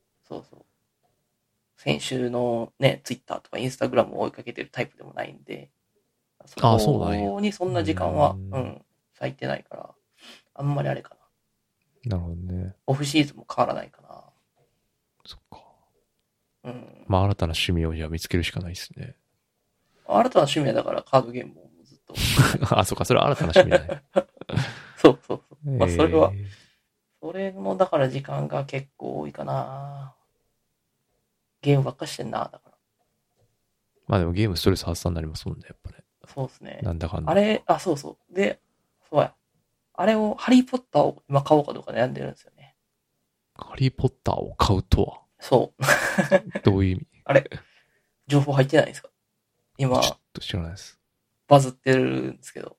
先週のね、ツイッターとかインスタグラムを追いかけてるタイプでもないんで、そこにそんな時間は、割いてないから、あんまりあれかな。なるほどね。 オフシーズンも変わらないかな。 そっか。まあ新たな趣味をじゃあ見つけるしかないですね。 新たな趣味はだからカードゲームをずっと。 あ、そっか、それは新たな趣味だね。 そう。まあそれもだから時間が結構多いかな。ゲームばっかしてんな、だから。 まあでもゲームストレス発散になりますもんね、やっぱね。 そうですね。 なんだかんだ。 そう。で、そうや。あれを、ハリーポッターを今買おうかどうか悩んでるんですよね。 ハリーポッターを買うとは？ そう。 どういう意味？ あれ情報入ってないですか？今。 ちょっと知らないです。 バズってるんですけど。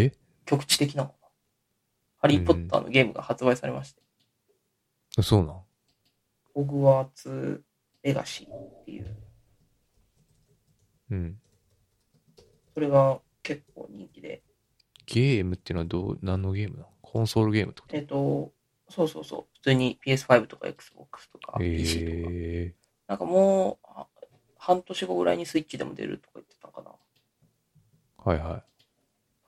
局地的なもの。ハリーポッターのゲームが発売されまして。 そうなん？ ホグワーツレガシーっていう。 うん。 それが結構人気で。 ゲームっていうのは何のゲームなの？コンソールゲームってこと？ そうそうそう。普通に PS5 とか Xbox とか PC とか。なんかもう、半年後ぐらいにスイッチでも出るとか言ってたかな。 はいはい。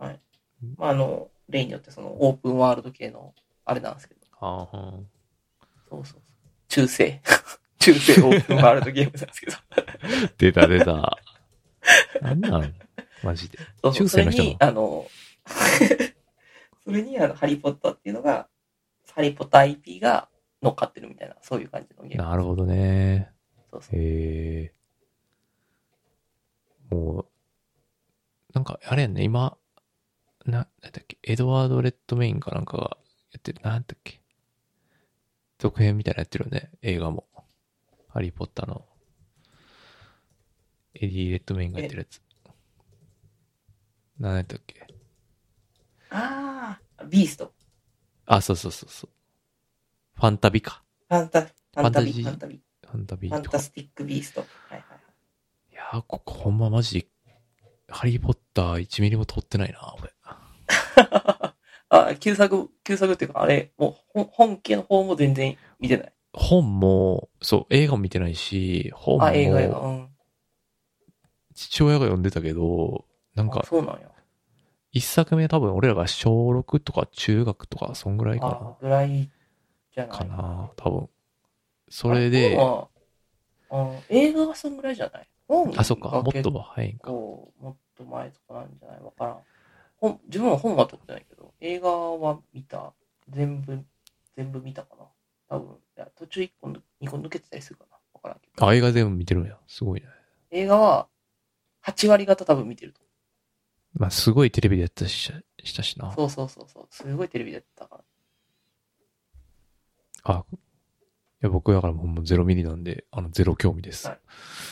はい。まあ例によってそのオープンワールド系のあれなんですけど。 はあはあ。 そうそうそう。中世オープンワールドゲームなんですけど。 出た。なんなんマジで。 そう中世の人のそれにハリーポッターっていうのが、ハリーポッター IP が乗っかってるみたいな、そういう感じのゲーム。 なるほどね。 そうそう。 もう、なんか、あれやね、今、なんだっけ、エドワード・レッドメインかなんかがやってる、なんだっけ。続編みたいなやってるよね、映画も。ハリーポッターの。エディ・レッドメインがやってるやつ。何やったっけ。 ビースト。 あ、そう。ファンタビか。 ファンタビ。 ファンタビファンタスティックビースト。はいはい。 いやー、ここほんまマジで、ハリーポッター1ミリも撮ってないな、俺。 旧作っていうか、あれ、もう本家の方も全然見てない。 本も、そう、映画も見てないし、本も、 映画、うん。 父親が読んでたけど、なんか、 そうなんや。 一作目多分俺らが小6とか中学とか、そんぐらいかな。 ぐらいじゃないかな、多分。それで、 映画がそんぐらいじゃない？ そっか、もっと早いんか。 もっと前とかなんじゃない？わからん。自分は本は撮ってないけど、映画は見た。全部見たかな。多分、途中1個、2個抜けてたりするかな。わからんけど。 映画全部見てるんや。すごいね。映画は、8割方多分見てると。 まあ、すごいテレビでやったしたしな。 そう。すごいテレビでやってたから。 いや、僕だからもうゼロミリなんで、ゼロ興味です。はい、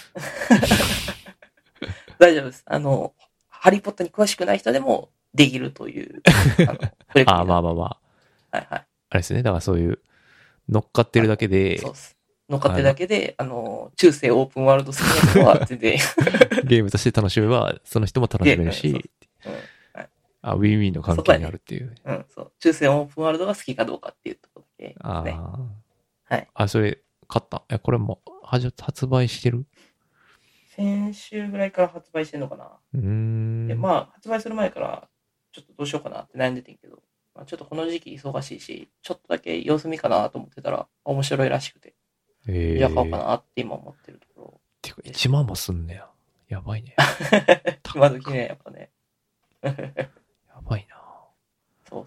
大丈夫です。ハリーポッターに詳しくない人でもできるという、 まあ。 はいはい。 あれですね。だからそういう、乗っかってるだけで、 そうです。乗っかってるだけで、中世オープンワールド好きな人は全然ゲームとして楽しめば、その人も楽しめるし、ウィンウィンの関係にあるっていう。 そう。中世オープンワールドが好きかどうかっていうところで、ね。 はい。それ、買った。これも、発売してる？ 先週ぐらいから発売してんのかな。で、まあ、発売する前から、ちょっとどうしようかなって悩んでてんけど、まあ、ちょっとこの時期忙しいし、ちょっとだけ様子見かなと思ってたら、面白いらしくて。じゃあ買おうかなって今思ってるところ。 てか、1万もすんねや。やばいね。 今時ね、やっぱね。 やばいな。 そう。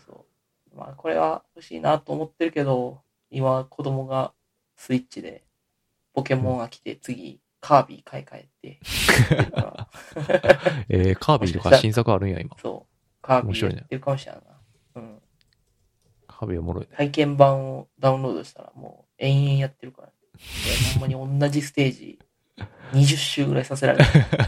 まあ、これは欲しいなと思ってるけど、今、子供がスイッチで、ポケモンが来て、次、カービィ買い替えて。 カービィとか新作あるんや、今。 そう。カービィやってるかもしれないな。 カービィおもろいね。 体験版をダウンロードしたら、もう、延々やってるから、ね。ほんまに同じステージ、20周ぐらいさせられる。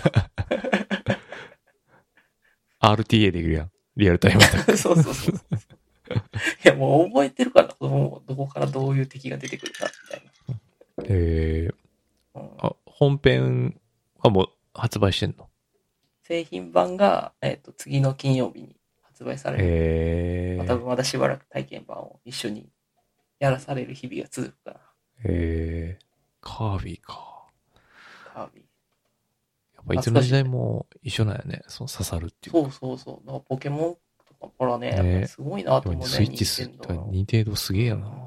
RTA できるやん。リアルタイムで。 そう。いや、もう覚えてるから、どこからどういう敵が出てくるか、みたいな。 本編はもう発売してんの？ 製品版が、次の金曜日に発売される。多分まだしばらく体験版を一緒にやらされる日々が続くから。 カービィか。 カービィ。 やっぱいつの時代も一緒なんやね。そう刺さるっていう。 そう。だからポケモンとかからね、すごいなと思うね。 スイッチ認定度すげえやな。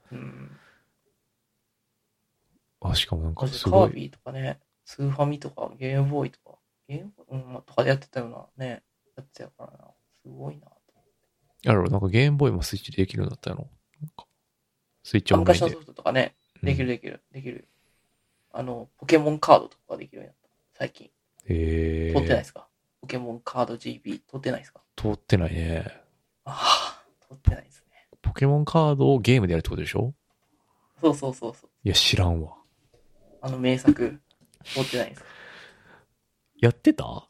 しかもなんかすごい。 カービィとかね、スーファミとかゲームボーイとか、とかでやってたようなね、やつやからな。すごいなと。 なんかゲームボーイもスイッチでできるようになったやろ。スイッチオンラインで。 昔のソフトとかね、できる。ポケモンカードとかができるようになった。最近。通ってないですか？ポケモンカード GB 通ってないですか？ 通ってないね。 通ってないですね。 ポケモンカードをゲームでやるってことでしょ？ そう。 いや、知らんわ。 名作、通ってないです。 やってた？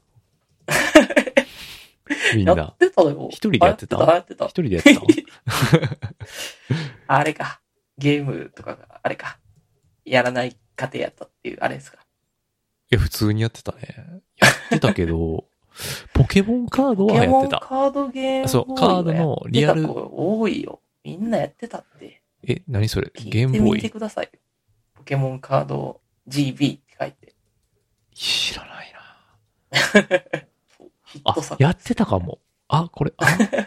みんな。 やってたよ。 一人でやってた？一人でやってた？ あれか。ゲームとかが、あれか。 やらない家庭やったっていう、あれですか。 いや、普通にやってたね。やってたけど、ポケモンカードはやってた。 ポケモンカードゲーム。 そう、カードのリアル。 多いよ。みんなやってたって。 何それゲームボーイ。 聞いてみてくださいよ。ポケモンカード GB って書いて。 知らないな。 ヒット作。 やってたかも。これ、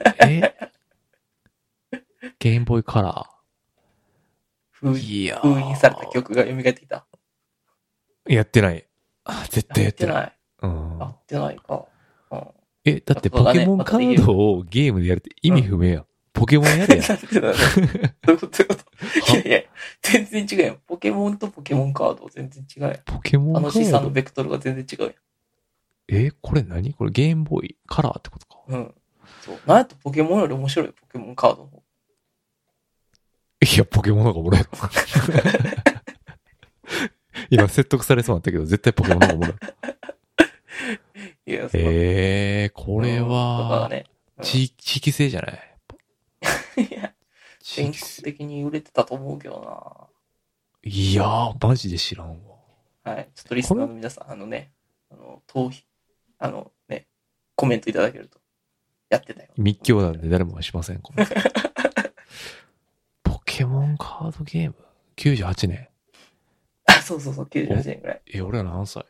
ゲームボーイカラー。 封印された曲が蘇ってきた。 やってない。絶対やってない。 やってないか。 だってポケモンカードをゲームでやるって意味不明やん。ポケモンやれや。 どういうこといや、全然違うよ。ポケモンとポケモンカード全然違うよ。 ポケモンカード資産のベクトルが全然違うよ。 これ何これゲームボーイカラーってことか。 そう。なんやったらポケモンより面白いよ、ポケモンカードの方。 いや、ポケモンの方がおもろい。今説得されそうになったけど、絶対ポケモンの方がおもろい。 いや、 これは、地域性じゃない？ いや、全国的に売れてたと思うけどな。 いやー、マジで知らんわ。 はい。ちょっとリスナーの皆さん、コメントいただけると。やってたよ。 密教なんで誰もしません、コメント。ポケモンカードゲーム ?98 年。 そう、98年ぐらい。 俺は何歳？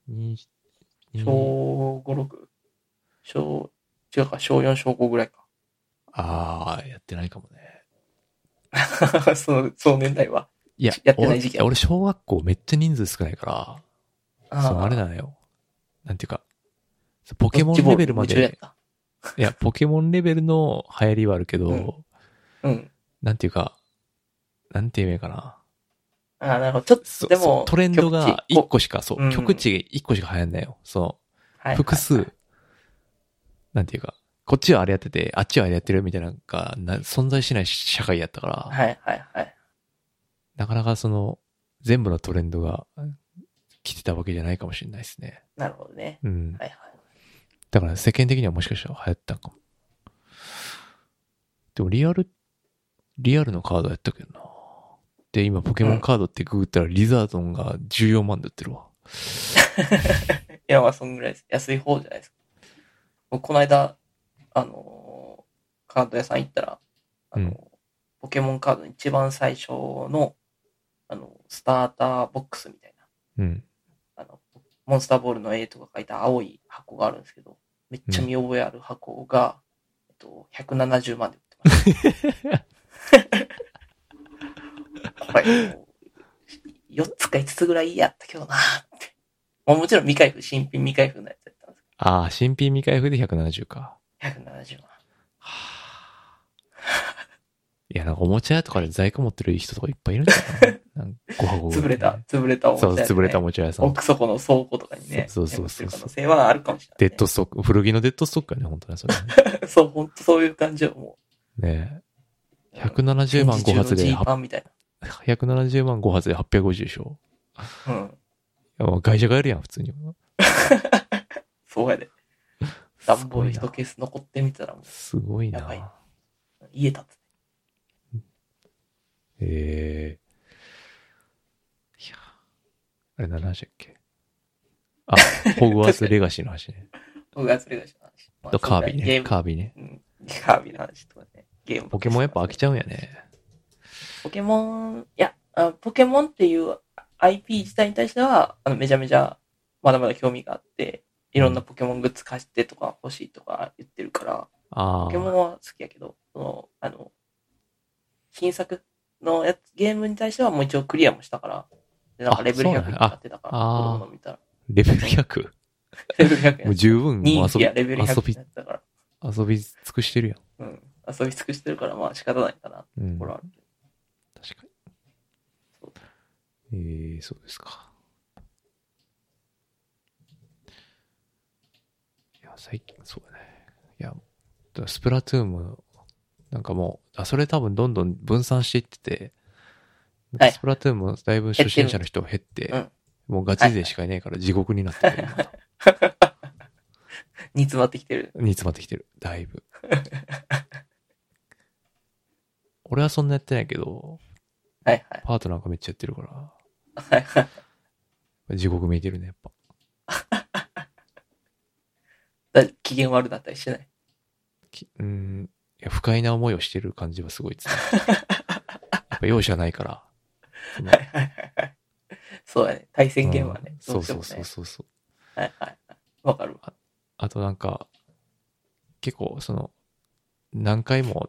小5、6。違うか、小4、小5ぐらいか。 やってないかもね。 その年代は。 いや、 やってない時期俺小学校めっちゃ人数少ないから、あれなのよ。なんていうか、ポケモンレベルまで、いや、ポケモンレベルの流行りはあるけど、なんていうか、なんて言えばいいかな。 なるほど。ちょっと、でも、 トレンドが1個しか、極地1個しか流行んないよ。複数、なんていうか、こっちはあれやってて、あっちはあれやってるみたいなのが存在しない社会やったから、なかなか全部のトレンドが来てたわけじゃないかもしれないですね。 なるほどね。 だから世間的にはもしかしたら流行ったんかも。でもリアルのカードやったけどな。で、今ポケモンカードってググったらリザードンが14万で売ってるわ。 いや、そんぐらいです。安い方じゃないですか。僕、この間、カード屋さん行ったら、ポケモンカードの一番最初の、スターターボックスみたいな。モンスターボールの絵とか書いた青い箱があるんですけど、めっちゃ見覚えある箱が、170万で売ってます。これ、4つか5つぐらいやったけどなーって。もちろん新品未開封のやつやったんですけど。新品未開封で170か。 170万。 いや、なんかおもちゃ屋とかで在庫持ってる人とかいっぱいいるんじゃないなんか5箱潰れたおもちゃ屋、ね。 潰れたおもちゃ屋さん。 奥底の倉庫とかにね。 そう。 可能性はあるかもしれない、 デッドストック、古着のデッドストックかね、本当にそれ、ね。 本当そういう感じよ、もう。ねえ。170万5発で。170万5発で850でしょ。いやもう会社がやるやん、普通に。 そうやで。段ボール1ケース残ってみたらもう。 すごいな。 やばい。家建つ。 いや、あれ何の話だっけ？ホグワーツレガシーの話ね。 ホグワーツレガシーの話。 とカービィね。カービィね。 カービィの話とかね。ゲーム。 ポケモンやっぱ飽きちゃうんやね。 ポケモンっていう IP 自体に対しては、めちゃめちゃまだまだ興味があって、いろんなポケモングッズ貸してとか欲しいとか言ってるから、ポケモンは好きやけど、新作のゲームに対してはもう一応クリアもしたから、でなんかレベル100になってたから、子供の見たら。 レベル 100？ レベル100もう十分もうレベル100になったから。 遊び尽くしてるやん。 遊び尽くしてるから、まあ仕方ないかなってところある。 確かに。そうですか。いや、最近、そうだね。いや、スプラトゥーンも、なんかもう、それ多分どんどん分散していってて、スプラトゥーンもだいぶ初心者の人が減って、もうガチ勢しかいないから地獄になってる。 煮詰まってきてる。 だいぶ。俺はそんなやってないけど、パートナーがめっちゃやってるから。 はいはい。 地獄見えてるね、やっぱ。 機嫌悪だったりしてない？ いや、不快な思いをしてる感じはすごいですね。やっぱ容赦ないから。 はいはいはいはい。そうやね。対戦ゲームはね。 そうそうそうそうそう。 はいはいはい。わかる。 あとなんか、結構何回も、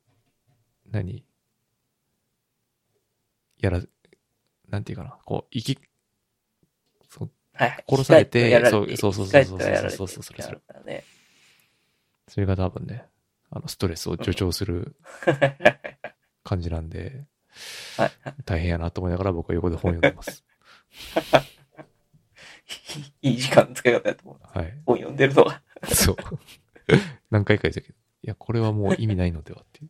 なんていうかな、こう、 はいはい、 殺されて、 そうそう、それが多分ね、ストレスを助長する感じなんで、大変やなと思いながら僕は横で本読んでます。 いい時間の使い方やと思う。 はい。 本読んでるのは。 そう。何回か言ったけど、いや、これはもう意味ないのではっていう。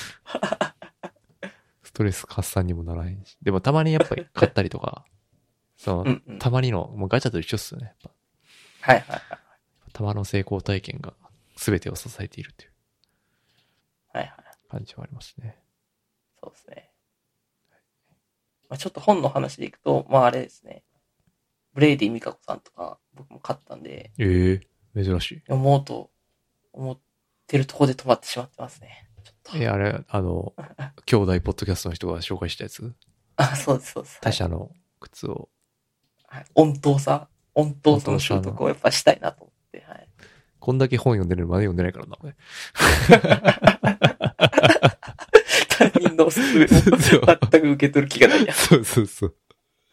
ストレス発散にもならへんし。でもたまにやっぱり買ったりとか、たまにの、もうガチャと一緒っすよね、やっぱ。はいはいはい。 たまの成功体験が全てを支えているという。 はいはい。 感じはありますね。 そうですね。まあ、ちょっと本の話でいくと、まああれですね。ブレイディ・ミカコさんとか僕も買ったんで。 珍しい。 思ってるとこで止まってしまってますね。 あれ、兄弟ポッドキャストの人が紹介したやつ？ あ、そうですそうです。 他社の靴を。 はい。温当さの習得をやっぱしたいなと思って、はい。 こんだけ本読んでるのまだ読んでないからな、俺。 他人のおすすめを全く受け取る気がないや。 そうそうそう。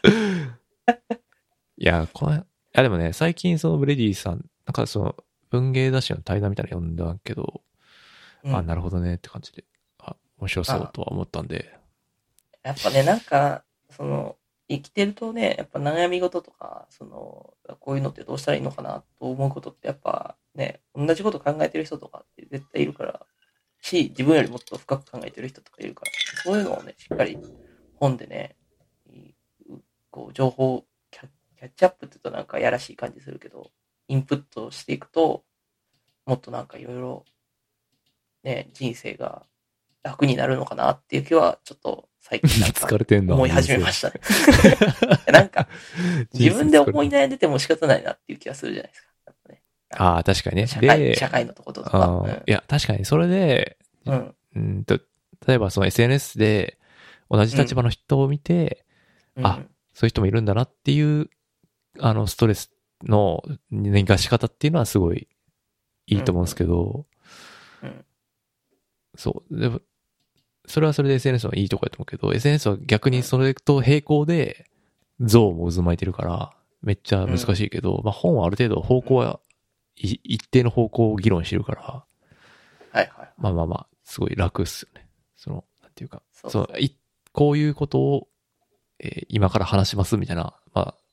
いや、でもね、最近ブレディさん、なんか文芸雑誌の対談みたいなの読んだけど、なるほどねって感じで、面白そうとは思ったんで。 やっぱね、なんか、生きてるとね、やっぱ悩み事とか、こういうのってどうしたらいいのかなと思うことってやっぱね、同じこと考えてる人とかって絶対いるから、自分よりもっと深く考えてる人とかいるから、そういうのをね、しっかり本でね、こう、情報、キャッチアップって言うとなんかやらしい感じするけど、インプットしていくと、もっとなんかいろいろ、ね、人生が楽になるのかなっていう気は、ちょっと最近なんか思い始めましたね。なんか、自分で思い悩んでても仕方ないなっていう気がするじゃないですか。 確かにね。 社会のとことか。 いや、確かに、それで、例えばSNS で同じ立場の人を見て、そういう人もいるんだなっていう、ストレスの逃がし方っていうのはすごいいいと思うんですけど、そう。でも、それはそれで SNS はいいとこやと思うけど、SNS は逆にそれと並行で、像も渦巻いてるから、めっちゃ難しいけど、本はある程度方向は、一定の方向を議論してるから、 はいはい。 すごい楽っすよね。なんていうか、こういうことを、今から話しますみたいな、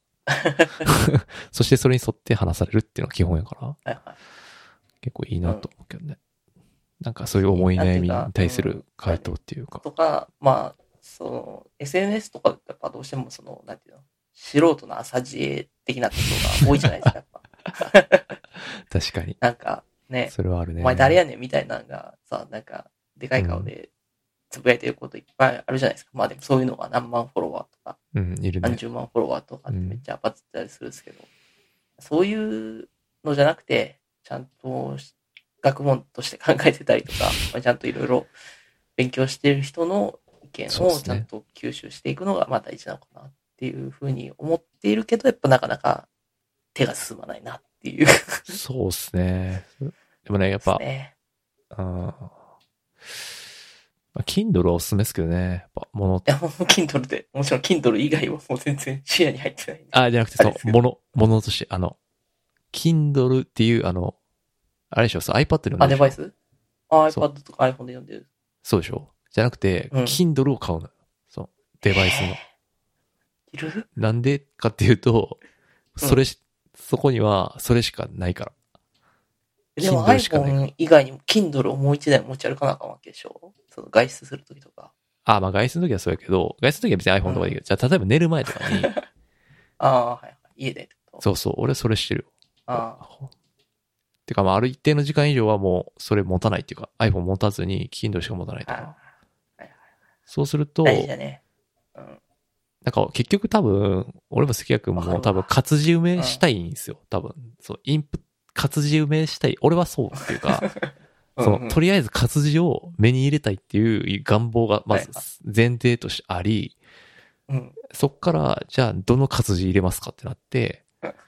そしてそれに沿って話されるっていうのが基本やから、結構いいなと思うけどね。なんかそういう思い悩みに対する回答っていうか。 とか、SNS とかやっぱどうしてもなんていうの、素人の朝知恵的なことが多いじゃないですか、やっぱ。 確かに。 なんかね、 それはあるね。 お前誰やねんみたいなのがさ、なんか、でかい顔でつぶやいてることいっぱいあるじゃないですか。でもそういうのが何万フォロワーとか、 いるね。 何十万フォロワーとかってめっちゃバズったりするんですけど、そういうのじゃなくて、ちゃんと学問として考えてたりとか、ちゃんといろいろ勉強してる人の意見をちゃんと吸収していくのが大事なのかなっていうふうに思っているけど、やっぱなかなか手が進まないなっていう。 そうっすね。でもね、やっぱ、Kindle はおすすめですけどね。やっぱいや、もう Kindle で、もちろん Kindle 以外はもう全然視野に入ってない。 じゃなくて、ものとして、Kindle っていう、あれでしょ、iPad で読んでる。 デバイス？iPad とか iPhone で読んでる。 そうでしょ？じゃなくて、Kindle を買うの。デバイスの。 いる？ なんでかっていうと、そこにはそれしかないから。 でも iPhone 以外にも Kindle をもう一台持ち歩かなあかんわけでしょ？外出するときとか。 外出のときはそうやけど、外出のときは別に iPhone とかでいいけど、じゃあ例えば寝る前とかに。 はい。家でってこと？ そうそう、俺それしてるよ。てかある一定の時間以上はもうそれ持たないっていうか、iPhone 持たずに Kindle しか持たないとか。そうすると、 大事だね。 なんか結局多分、俺も関谷君も多分活字埋めしたいんですよ。多分。そう、活字埋めしたい。俺はそうっていうか、とりあえず活字を目に入れたいっていう願望がまず前提としてあり、そっから、じゃあどの活字入れますかってなって、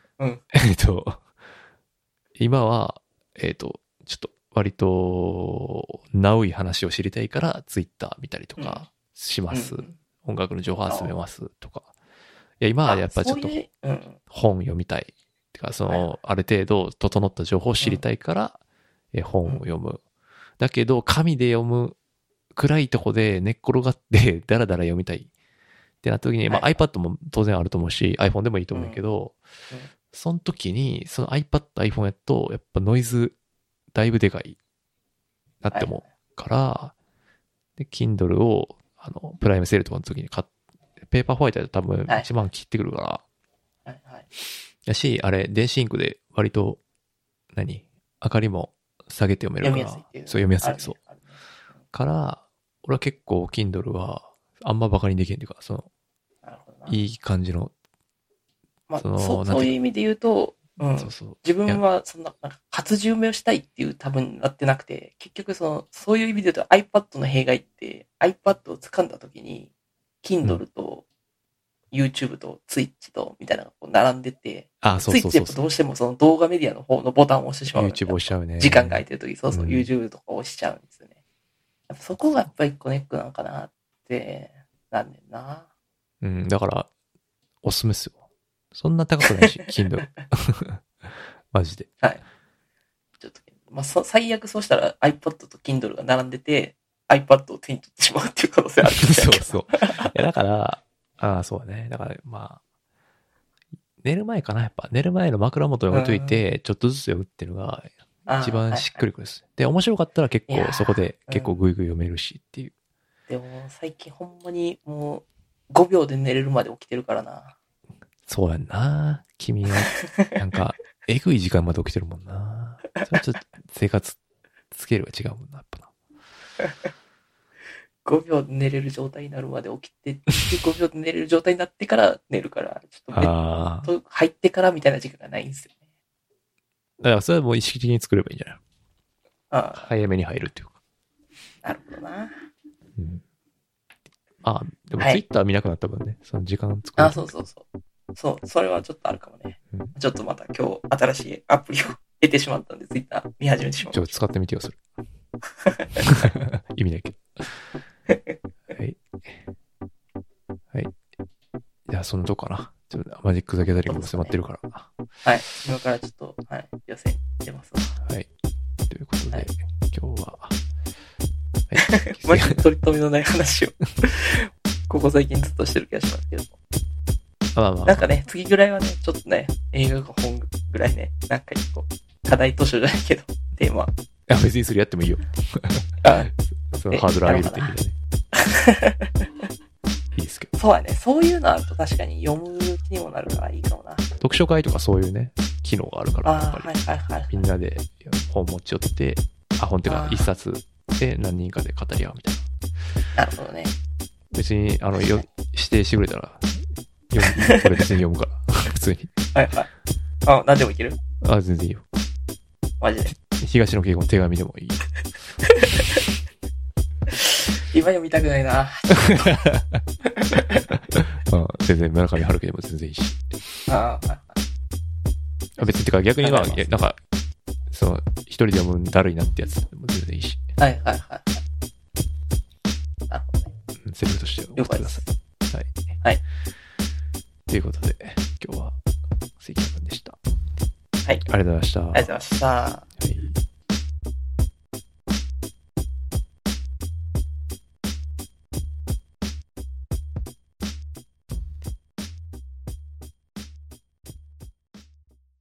今は、ちょっと割と、ナウい話を知りたいから、ツイッター見たりとかします。音楽の情報集めますとか。いや、今はやっぱちょっと本読みたい。てか、ある程度整った情報を知りたいから、本を読む。だけど、紙で読む暗いとこで寝っ転がってダラダラ読みたいってなった時に、iPad も当然あると思うし、iPhone でもいいと思うけど、その時に、その iPad、iPhone やと、やっぱノイズだいぶでかいなって思うから、で、Kindle を、プライムセールとかの時に買って、ペーパーホワイトだと多分1万切ってくるから、やし、あれ、電子インクで割と、明かりも下げて読めるから、そう読みやすい、そう。から、俺は結構 Kindle はあんまバカにできんっていうか、いい感じの、 そういう意味で言うと、自分はそんな、活字埋めをしたいっていう多分なってなくて、結局そういう意味で言うと iPad の弊害って、iPad を掴んだ時に、Kindle と YouTube と Twitch とみたいなのがこう並んでて、Twitch やっぱどうしてもその動画メディアの方のボタンを押してしまう。 YouTube 押しちゃうね。 時間が空いてる時、YouTube とか押しちゃうんですよね。やっぱそこがやっぱ一個ネックなのかなって、なんねんな。 だから、おすすめっすよ。そんな高くないし、Kindle。マジで。 はい。ちょっと、最悪そうしたら iPad と Kindle が並んでて、iPad を手に取ってしまうっていう可能性ある。 そう。いや、だから、そうだね。だから、寝る前かな、やっぱ。寝る前の枕元に置いといて、ちょっとずつ読むっていうのが、一番しっくりくるです。で、面白かったら結構そこで結構グイグイ読めるしっていう。 でも、最近ほんまにもう、5秒で寝れるまで起きてるからな。 そうやんな。君は、なんか、えぐい時間まで起きてるもんな。それちょっと生活スケールが違うもんな、やっぱな。 5秒で寝れる状態になるまで起きて、5秒で寝れる状態になってから寝るから、ちょっとベッド入ってからみたいな時間がないんですよね。 だからそれはもう意識的に作ればいいんじゃないの？早めに入るっていうか。 なるほどな。 でも Twitter 見なくなった分ね、その時間作る。 そう、それはちょっとあるかもね。ちょっとまた今日新しいアプリを得てしまったんで、Twitter 見始めてしまった。 ちょっと使ってみてよ、それ。意味ないけど。はい。じゃあ、そのとこかな。ちょっとマジック・ザ・ギャザリングも迫ってるから。 はい。今からちょっと、予選出ます。 はい。ということで、今日は、 マジで取り留めのない話を、ここ最近ずっとしてる気がしますけど。なんかね、次ぐらいはね、ちょっとね、映画か本ぐらいね、なんか一個、課題図書じゃないけど、テーマ。 別にそれやってもいいよ。そのハードル上げるって意味でね。いいですけど。 そうだね。そういうのあると確かに読む気にもなるからいいかもな。 読書会とかそういうね、機能があるから、やっぱり。みんなで本持ち寄って、本っていうか一冊で何人かで語り合うみたいな。なるほどね。 別に、指定してくれたら、これ別に読むから。普通に。 何でもいける？ 全然いいよ。 マジで。 東野圭吾の手紙でもいい。 今読みたくないな。 全然村上春樹でも全然いいし。別に、てか逆には、なんか、一人で読むだるいなってやつでも全然いいし。 なるほどね。 セリフとして送ってください。 はい。 ということで、今日は、関谷君でした。 はい。ありがとうございました。 ありがとうございました。